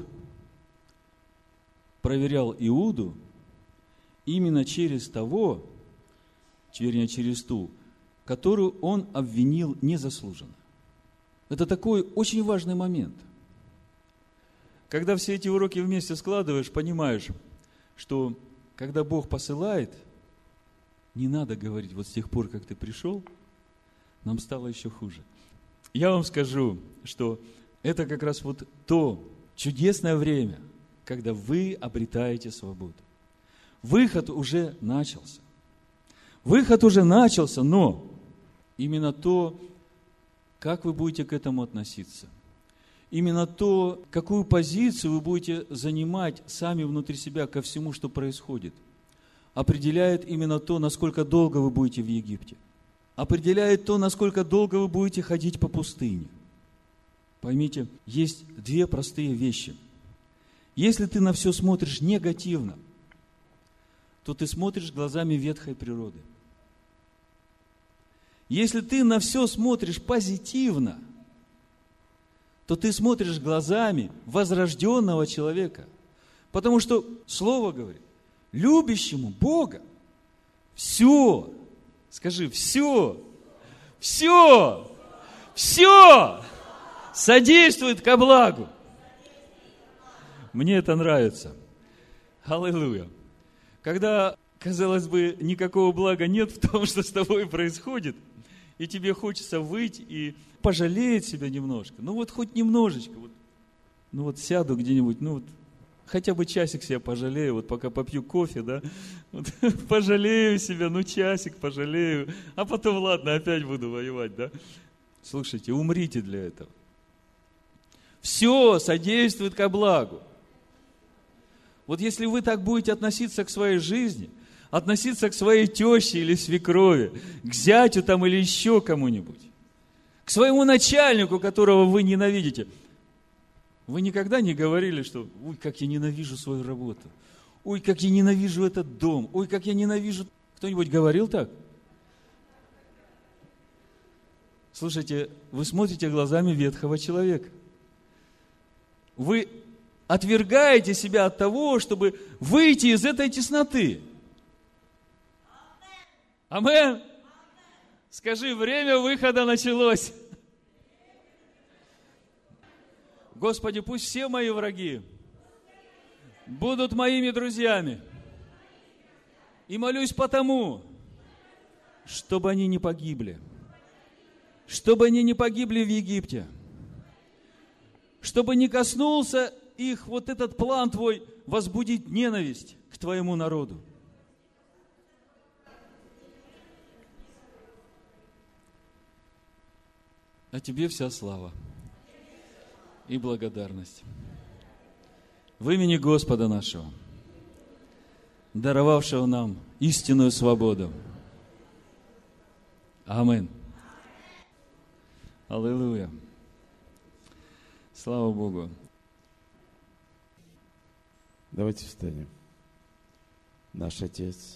проверял Иуду именно через того, вернее, через ту, которую он обвинил незаслуженно. Это такой очень важный момент. Когда все эти уроки вместе складываешь, понимаешь, что когда Бог посылает, не надо говорить, вот с тех пор, как ты пришел, нам стало еще хуже. Я вам скажу, что это как раз вот то чудесное время, когда вы обретаете свободу. Выход уже начался. Выход уже начался, но именно то, как вы будете к этому относиться, именно то, какую позицию вы будете занимать сами внутри себя ко всему, что происходит, определяет именно то, насколько долго вы будете в Египте. Определяет то, насколько долго вы будете ходить по пустыне. Поймите, есть две простые вещи. Если ты на все смотришь негативно, то ты смотришь глазами ветхой природы. Если ты на все смотришь позитивно, то ты смотришь глазами возрожденного человека. Потому что Слово говорит, любящему Бога все, скажи, все, все, все содействует ко благу. Мне это нравится. Аллилуйя. Когда, казалось бы, никакого блага нет в том, что с тобой происходит, и тебе хочется выйти и пожалеть себя немножко. Ну вот хоть немножечко. Вот, ну вот сяду где-нибудь, ну вот хотя бы часик себя пожалею, вот пока попью кофе, да, вот, пожалею себя, ну часик пожалею, а потом, ладно, опять буду воевать, да. Слушайте, умрите для этого. Все содействует ко благу. Вот если вы так будете относиться к своей жизни, относиться к своей теще или свекрови, к зятю там или еще кому-нибудь, к своему начальнику, которого вы ненавидите, вы никогда не говорили, что «Ой, как я ненавижу свою работу», «Ой, как я ненавижу этот дом», «Ой, как я ненавижу...» Кто-нибудь говорил так? Слушайте, вы смотрите глазами ветхого человека. Вы отвергаете себя от того, чтобы выйти из этой тесноты. Амен. Скажи, время выхода началось. Господи, пусть все мои враги будут моими друзьями. И молюсь потому, чтобы они не погибли. Чтобы они не погибли в Египте. Чтобы не коснулся их вот этот план Твой возбудить ненависть к Твоему народу. А Тебе вся слава и благодарность. В имени Господа нашего, даровавшего нам истинную свободу. Амин. Аллилуйя. Слава Богу. Давайте встанем. Наш Отец,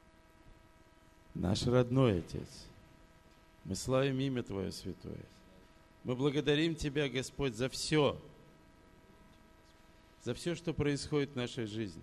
наш родной Отец, мы славим имя Твое святое. Мы благодарим Тебя, Господь, за все, за все, что происходит в нашей жизни,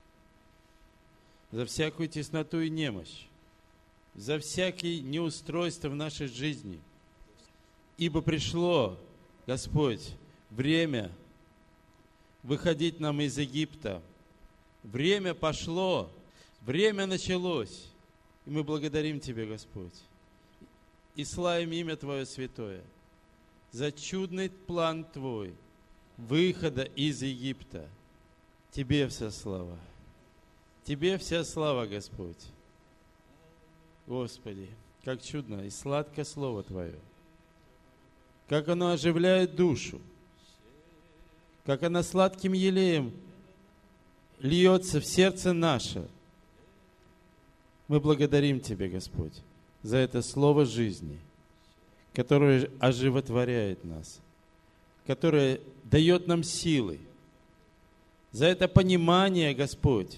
за всякую тесноту и немощь, за всякие неустройства в нашей жизни. Ибо пришло, Господь, время выходить нам из Египта. Время пошло, время началось. И мы благодарим Тебя, Господь. И славим имя Твое святое за чудный план Твой выхода из Египта. Тебе вся слава. Тебе вся слава, Господь. Господи, как чудно и сладко Слово Твое. Как оно оживляет душу. Как оно сладким елеем льется в сердце наше. Мы благодарим Тебя, Господь, за это слово жизни, которое оживотворяет нас, которое дает нам силы, за это понимание, Господь,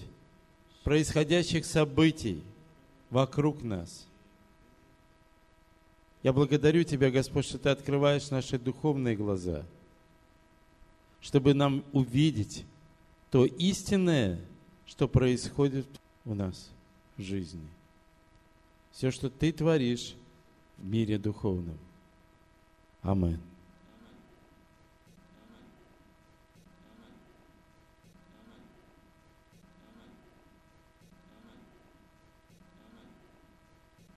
происходящих событий вокруг нас. Я благодарю Тебя, Господь, что Ты открываешь наши духовные глаза, чтобы нам увидеть то истинное, что происходит у нас в жизни. Все, что Ты творишь в мире духовном. Аминь.